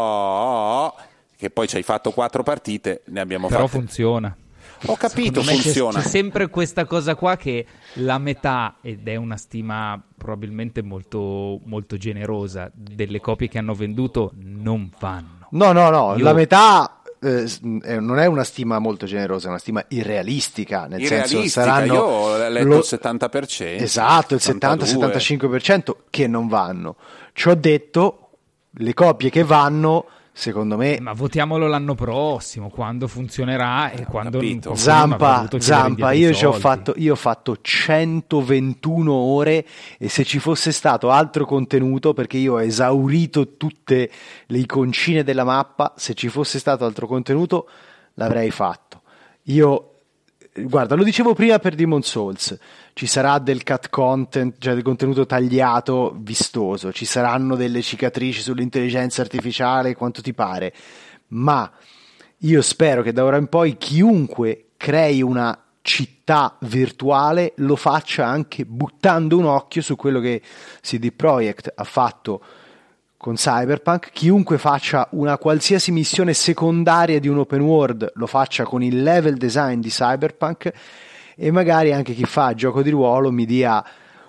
oh, oh, che poi ci hai fatto quattro partite, ne abbiamo Però fatte... funziona. Ho capito, Secondo me funziona. C'è, c'è sempre questa cosa qua che la metà, ed è una stima probabilmente molto, molto generosa, delle copie che hanno venduto non vanno. No, no, no, Io- la metà eh, non è una stima molto generosa, è una stima irrealistica, nel senso Irrealistica, saranno io ho letto lo- il settanta per cento. Esatto, il settantadue. settanta settantacinque per cento che non vanno. Ci ho detto, le copie che vanno, secondo me, Ma votiamolo l'anno prossimo, quando funzionerà e quando capito. qualcuno non avrà Zampa, voluto chiedere Zampa, indietro i io ci ho soldi. fatto, io ho fatto centoventuno ore, e se ci fosse stato altro contenuto, perché io ho esaurito tutte le iconcine della mappa, se ci fosse stato altro contenuto l'avrei fatto. Io, guarda, lo dicevo prima per Demon's Souls, ci sarà del cut content, cioè del contenuto tagliato vistoso, ci saranno delle cicatrici sull'intelligenza artificiale, quanto ti pare, ma io spero che da ora in poi chiunque crei una città virtuale lo faccia anche buttando un occhio su quello che C D Projekt ha fatto con Cyberpunk. Chiunque faccia una qualsiasi missione secondaria di un open world lo faccia con il level design di Cyberpunk, e magari anche chi fa gioco di ruolo mi dia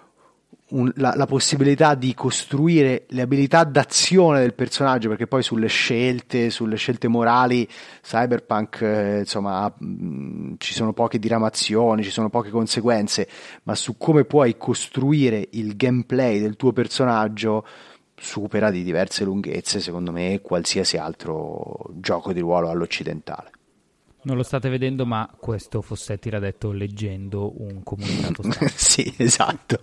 un, la, la possibilità di costruire le abilità d'azione del personaggio, perché poi sulle scelte, sulle scelte morali Cyberpunk eh, insomma mh, ci sono poche diramazioni, ci sono poche conseguenze, ma su come puoi costruire il gameplay del tuo personaggio supera di diverse lunghezze, secondo me, qualsiasi altro gioco di ruolo all'occidentale. Non lo state vedendo, ma questo Fossetti l'ha detto leggendo un comunicato stampa. Sì, esatto.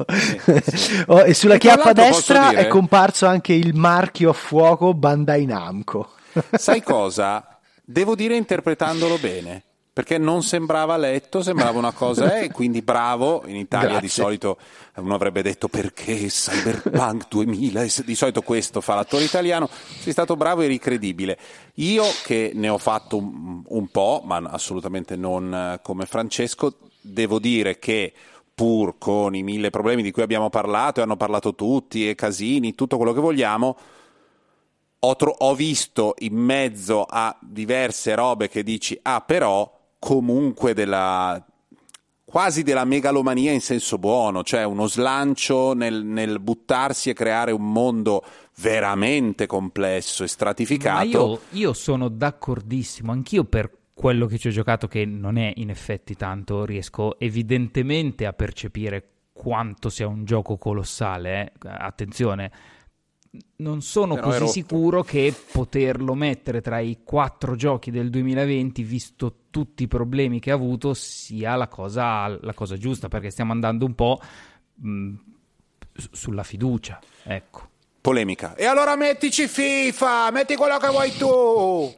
Oh, e sulla E tra chiappa l'altro posso destra dire- è comparso anche il marchio a fuoco Bandai Namco. Sai cosa? Devo dire, interpretandolo bene, perché non sembrava letto, sembrava una cosa, e quindi bravo. In Italia Grazie. di solito uno avrebbe detto perché Cyberpunk duemila, e di solito questo fa l'attore italiano. Sei stato bravo e ricredibile. Io che ne ho fatto un, un po', ma assolutamente non eh, come Francesco, devo dire che pur con i mille problemi di cui abbiamo parlato, e hanno parlato tutti, e casini, tutto quello che vogliamo, ho, tro- ho visto in mezzo a diverse robe che dici, ah però comunque della quasi della megalomania in senso buono, cioè uno slancio nel, nel buttarsi e creare un mondo veramente complesso e stratificato. Ma io, io sono d'accordissimo, anch'io per quello che ci ho giocato, che non è in effetti tanto, riesco evidentemente a percepire quanto sia un gioco colossale, eh. Attenzione, non sono Però è così rotto. sicuro che poterlo mettere tra i quattro giochi del duemilaventi, visto tutti i problemi che ha avuto, sia la cosa, la cosa giusta, perché stiamo andando un po' mh, su- sulla fiducia, ecco. Polemica. E allora mettici FIFA, metti quello che vuoi tu.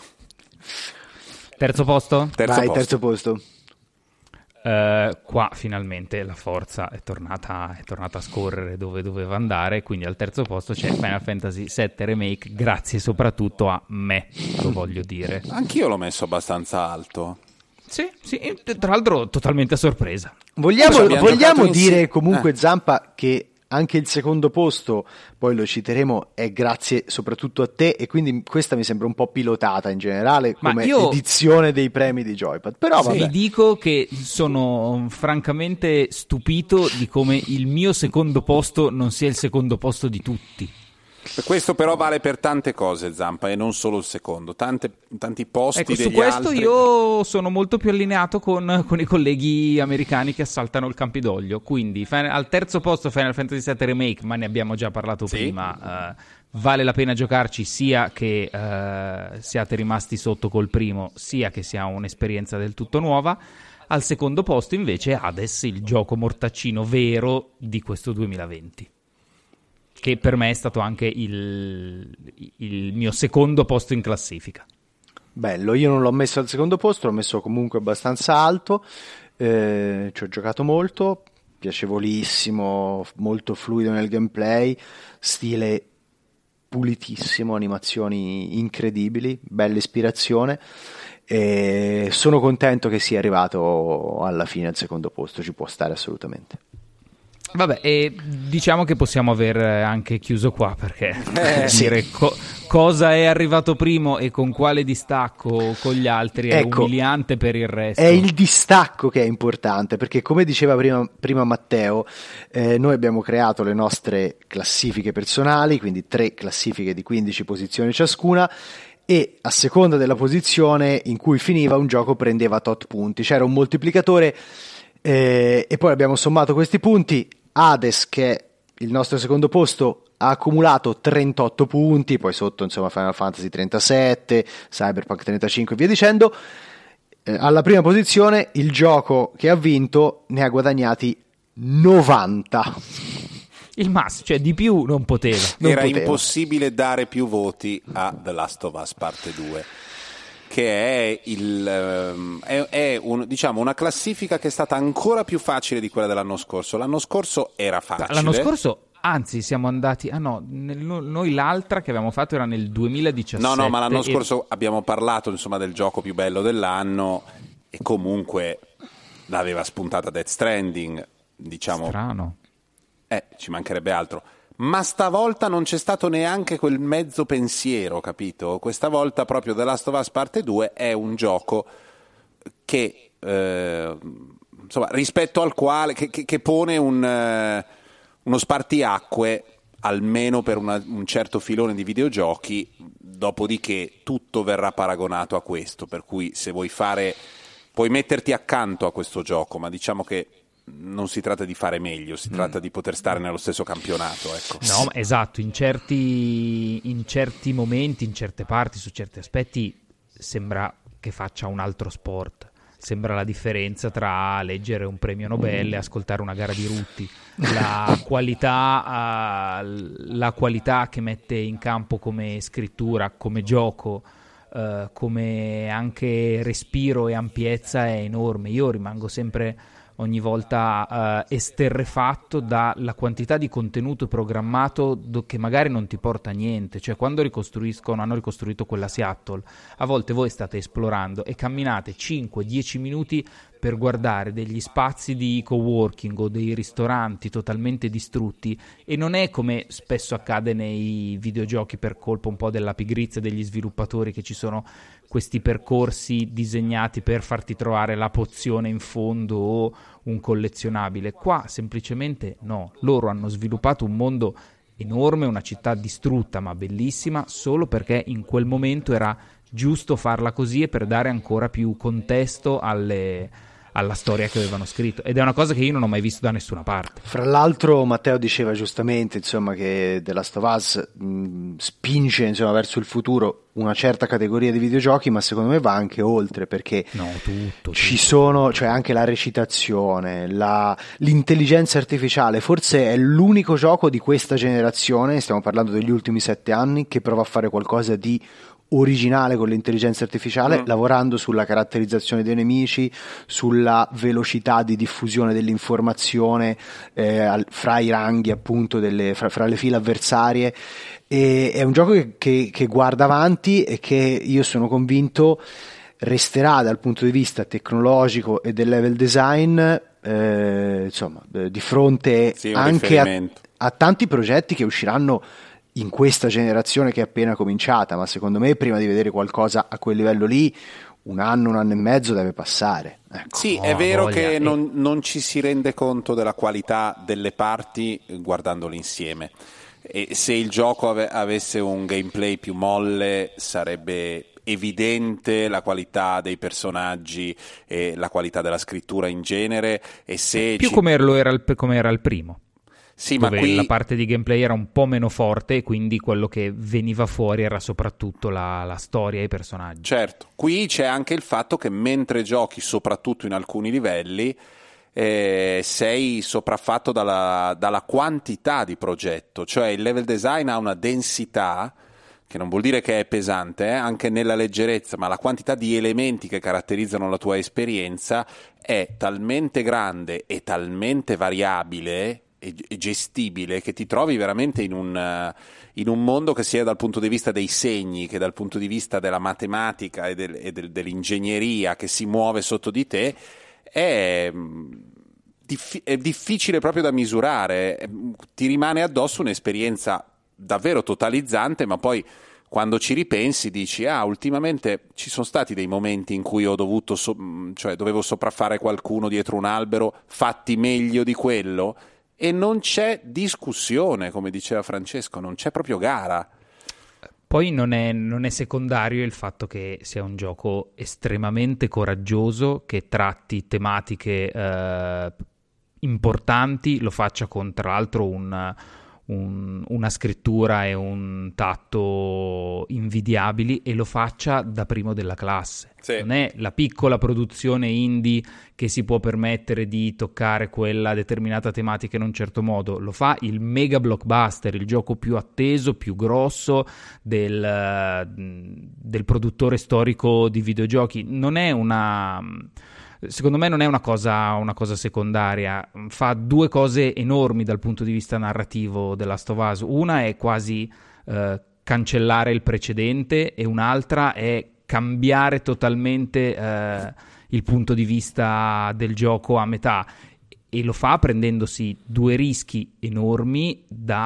Terzo posto? Terzo Vai, posto. terzo posto. Eh, qua finalmente la forza è tornata, è tornata a scorrere dove doveva andare, quindi al terzo posto c'è Final Fantasy sette Remake, grazie soprattutto a me, lo voglio dire. Anch'io l'ho messo abbastanza alto. Sì, sì, tra l'altro totalmente a sorpresa. Vogliamo, Ci abbiamo vogliamo giocato insieme. dire comunque, Eh. Zampa, che anche il secondo posto, poi lo citeremo, è grazie soprattutto a te, e quindi questa mi sembra un po' pilotata in generale Ma come io- edizione dei premi di Joypad. Però vabbè. Vi dico che sono francamente stupito di come il mio secondo posto non sia il secondo posto di tutti. Questo però vale per tante cose, Zampa, e non solo il secondo. Tante, tanti posti Ecco, su degli questo altri. io sono molto più allineato con, con i colleghi americani che assaltano il Campidoglio. Quindi fin- al terzo posto Final Fantasy sette Remake, ma ne abbiamo già parlato Sì. prima. eh, vale la pena giocarci, sia che eh, siate rimasti sotto col primo, sia che sia un'esperienza del tutto nuova. Al secondo posto invece Hades, il gioco mortaccino vero di questo duemilaventi. Che per me è stato anche il, il mio secondo posto in classifica. bello. Io non l'ho messo al secondo posto, l'ho messo comunque abbastanza alto, eh, ci ho giocato molto, piacevolissimo, molto fluido nel gameplay, stile pulitissimo, animazioni incredibili, bella ispirazione, e sono contento che sia arrivato alla fine al secondo posto, ci può stare assolutamente. Vabbè, e diciamo che possiamo aver anche chiuso qua, perché Eh, dire sì. co- cosa è arrivato primo e con quale distacco con gli altri è Ecco, umiliante per il resto. è il distacco che è importante, perché come diceva prima, prima Matteo, eh, noi abbiamo creato le nostre classifiche personali, quindi tre classifiche di quindici posizioni ciascuna, e a seconda della posizione in cui finiva un gioco prendeva tot punti, c'era un moltiplicatore, eh, e poi abbiamo sommato questi punti. Hades, che è il nostro secondo posto, ha accumulato trentotto punti, poi sotto insomma Final Fantasy trentasette, Cyberpunk trentacinque e via dicendo. Eh, alla prima posizione il gioco che ha vinto ne ha guadagnati novanta. Il massimo, cioè di più non poteva. Non Era poteva. impossibile dare più voti a The Last of Us Parte due, che è, il, ehm, è, è un, diciamo, una classifica che è stata ancora più facile di quella dell'anno scorso. L'anno scorso era facile. L'anno scorso, anzi, siamo andati... Ah no, nel- noi l'altra che avevamo fatto era nel duemiladiciassette. No, no, ma l'anno e- scorso abbiamo parlato insomma del gioco più bello dell'anno e comunque l'aveva spuntata Death Stranding, diciamo. Strano. Eh, ci mancherebbe altro. Ma stavolta non c'è stato neanche quel mezzo pensiero, capito? Questa volta proprio The Last of Us Parte due è un gioco che, eh, insomma, rispetto al quale, che, che- che pone un, eh, uno spartiacque, almeno per una- un certo filone di videogiochi, dopodiché tutto verrà paragonato a questo, per cui se vuoi fare, puoi metterti accanto a questo gioco, ma diciamo che non si tratta di fare meglio, si tratta di poter stare nello stesso campionato, ecco. No, ma esatto, in certi, in certi momenti, in certe parti, su certi aspetti sembra che faccia un altro sport. Sembra la differenza tra leggere un premio Nobel e ascoltare una gara di Rutti. La qualità, eh, la qualità che mette in campo come scrittura, come gioco, eh, come anche respiro e ampiezza è enorme. Io rimango sempre ogni volta eh, esterrefatto dalla quantità di contenuto programmato do- che magari non ti porta a niente. Cioè, quando ricostruiscono, hanno ricostruito quella Seattle, a volte voi state esplorando e camminate cinque dieci minuti per guardare degli spazi di coworking o dei ristoranti totalmente distrutti, e non è come spesso accade nei videogiochi per colpa un po' della pigrizia degli sviluppatori, che ci sono questi percorsi disegnati per farti trovare la pozione in fondo o un collezionabile. Qua semplicemente no, loro hanno sviluppato un mondo enorme, una città distrutta ma bellissima, solo perché in quel momento era giusto farla così e per dare ancora più contesto alle, alla storia che avevano scritto, ed è una cosa che io non ho mai visto da nessuna parte. Fra l'altro Matteo diceva giustamente insomma che The Last of Us mh, spinge insomma verso il futuro una certa categoria di videogiochi, ma secondo me va anche oltre, perché No, tutto, ci tutto. sono, cioè anche la recitazione, la, l'intelligenza artificiale, forse è l'unico gioco di questa generazione, stiamo parlando degli ultimi sette anni, che prova a fare qualcosa di originale con l'intelligenza artificiale, Mm. lavorando sulla caratterizzazione dei nemici, sulla velocità di diffusione dell'informazione eh, al- fra i ranghi, appunto, delle, fra, fra le file avversarie. E, è un gioco che, che, che guarda avanti e che io sono convinto resterà dal punto di vista tecnologico e del level design eh, insomma eh, di fronte Sì, un anche a, riferimento. a tanti progetti che usciranno in questa generazione che è appena cominciata, ma secondo me prima di vedere qualcosa a quel livello lì un anno, un anno e mezzo deve passare, ecco. Sì, No, è vero voglia. che E- non, non ci si rende conto della qualità delle parti eh, guardandole insieme. E se il gioco ave- avesse un gameplay più molle, sarebbe evidente la qualità dei personaggi e la qualità della scrittura in genere. E se Più ci- come lo era il, come era il primo, Sì, ma dove qui la parte di gameplay era un po' meno forte e quindi quello che veniva fuori era soprattutto la, la storia e i personaggi. certo, qui c'è anche il fatto che mentre giochi, soprattutto in alcuni livelli, eh, sei sopraffatto dalla, dalla quantità di progetto, cioè il level design ha una densità che non vuol dire che è pesante, eh, anche nella leggerezza, ma la quantità di elementi che caratterizzano la tua esperienza è talmente grande e talmente variabile e gestibile che ti trovi veramente in un, in un mondo che sia dal punto di vista dei segni, che dal punto di vista della matematica e, del, e del, dell'ingegneria che si muove sotto di te, è, è difficile proprio da misurare, ti rimane addosso un'esperienza davvero totalizzante, ma poi quando ci ripensi dici ah, ultimamente ci sono stati dei momenti in cui ho dovuto so- cioè dovevo sopraffare qualcuno dietro un albero, fatti meglio di quello, e non c'è discussione, come diceva Francesco, non c'è proprio gara. Poi non è, non è secondario il fatto che sia un gioco estremamente coraggioso, che tratti tematiche eh, importanti, lo faccia con tra l'altro un Un, una scrittura e un tatto invidiabili, e lo faccia da primo della classe. Sì. Non è la piccola produzione indie che si può permettere di toccare quella determinata tematica in un certo modo, lo fa il mega blockbuster, il gioco più atteso, più grosso del, del produttore storico di videogiochi. Non è una... Secondo me non è una cosa, una cosa secondaria, fa due cose enormi dal punto di vista narrativo The Last of Us. Una è quasi eh, cancellare il precedente, e un'altra è cambiare totalmente eh, il punto di vista del gioco a metà, e lo fa prendendosi due rischi enormi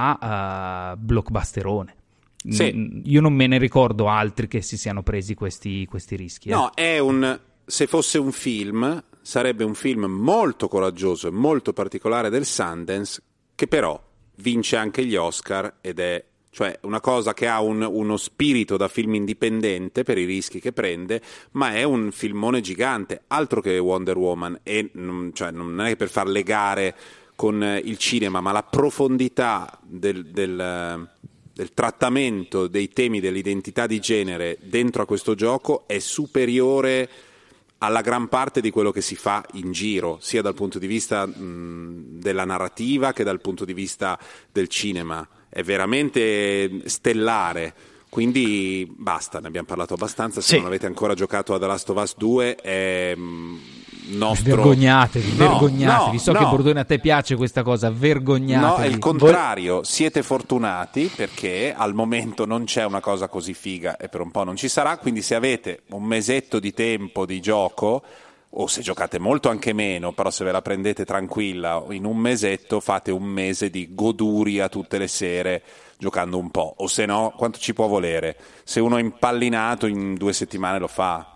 da uh, blockbusterone. Sì. Io non me ne ricordo altri che si siano presi questi, questi rischi. No, eh. è un... Se fosse un film, sarebbe un film molto coraggioso e molto particolare del Sundance, che però vince anche gli Oscar, ed è cioè una cosa che ha un, uno spirito da film indipendente per i rischi che prende, ma è un filmone gigante, altro che Wonder Woman, e cioè, non è per far legare con il cinema, ma la profondità del... del del trattamento dei temi dell'identità di genere dentro a questo gioco è superiore alla gran parte di quello che si fa in giro, sia dal punto di vista mh, della narrativa che dal punto di vista del cinema. È veramente stellare. Quindi basta, ne abbiamo parlato abbastanza. Se sì. non avete ancora giocato a The Last of Us due, è nostro... Vergognatevi, no, vergognatevi. No, so no. che Bordone a te piace questa cosa, vergognatevi. No, è il contrario, siete fortunati perché al momento non c'è una cosa così figa e per un po' non ci sarà, quindi se avete un mesetto di tempo di gioco, o se giocate molto anche meno, però se ve la prendete tranquilla, in un mesetto fate un mese di goduria tutte le sere giocando un po', o se no quanto ci può volere? Se uno è impallinato in due settimane lo fa.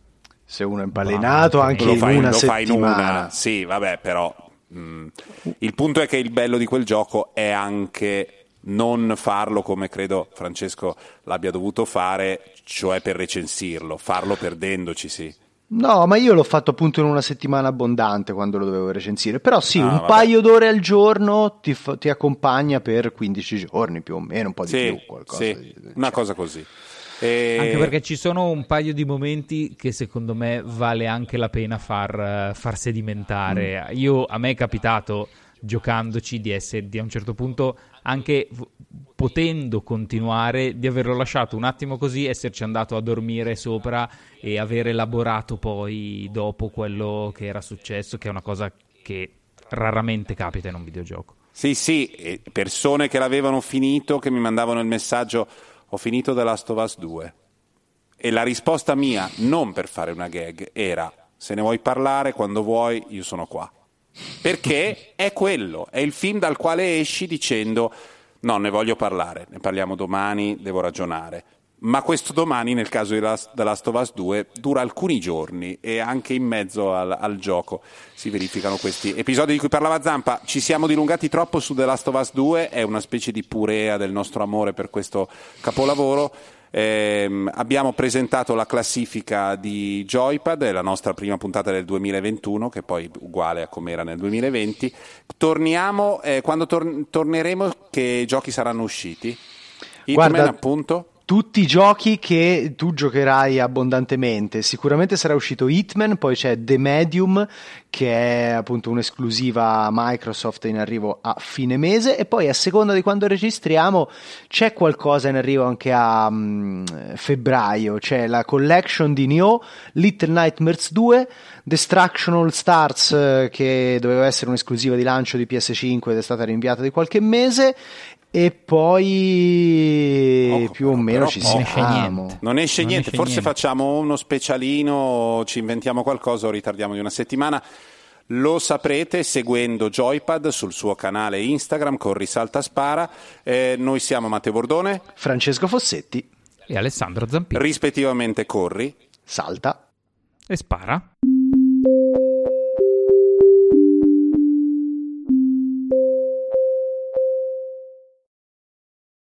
Se uno è impallinato anche lo in fai, una lo settimana. Fai in una, sì, vabbè, però mh, il punto è che il bello di quel gioco è anche non farlo come credo Francesco l'abbia dovuto fare, cioè per recensirlo, farlo perdendoci, sì. No, ma io l'ho fatto appunto in una settimana abbondante quando lo dovevo recensire, però sì, ah, un vabbè. paio d'ore al giorno ti, fa, ti accompagna per quindici giorni più o meno, un po' di sì, più, qualcosa sì, di, una cioè. cosa così. E... Anche perché ci sono un paio di momenti che secondo me vale anche la pena far, far sedimentare. Mm. Io, a me è capitato, giocandoci, di essere di a un certo punto, anche potendo continuare, di averlo lasciato un attimo così, esserci andato a dormire sopra e aver elaborato poi dopo quello che era successo, che è una cosa che raramente capita in un videogioco. Sì, sì, persone che l'avevano finito, che mi mandavano il messaggio: ho finito The Last of Us due, e la risposta mia, non per fare una gag, era: se ne vuoi parlare quando vuoi, io sono qua. Perché è quello, è il film dal quale esci dicendo: no, ne voglio parlare, ne parliamo domani, devo ragionare. Ma questo domani, nel caso di The Last of Us due, dura alcuni giorni, e anche in mezzo al, al gioco si verificano questi episodi di cui parlava Zampa. Ci siamo dilungati troppo su The Last of Us due, è una specie di purea del nostro amore per questo capolavoro. Eh, abbiamo presentato la classifica di Joypad, è la nostra prima puntata del duemilaventuno, che poi uguale a come era nel duemilaventi. Torniamo, eh, quando tor- torneremo, che giochi saranno usciti? Hitman, Guarda, appunto. tutti i giochi che tu giocherai abbondantemente. Sicuramente sarà uscito Hitman, poi c'è The Medium, che è appunto un'esclusiva Microsoft in arrivo a fine mese, e poi a seconda di quando registriamo c'è qualcosa in arrivo anche a um, febbraio. C'è la collection di Nioh, Little Nightmares due, Destruction All Stars, eh, che doveva essere un'esclusiva di lancio di P S cinque ed è stata rinviata di qualche mese, e poi poco, più o meno ci poco. siamo. Non esce non niente, esce forse niente. facciamo uno specialino, ci inventiamo qualcosa o ritardiamo di una settimana. Lo saprete seguendo Joypad sul suo canale Instagram con Risalta Spara. Eh, noi siamo Matteo Bordone, Francesco Fossetti E Alessandro Zampini. rispettivamente Corri, Salta E spara.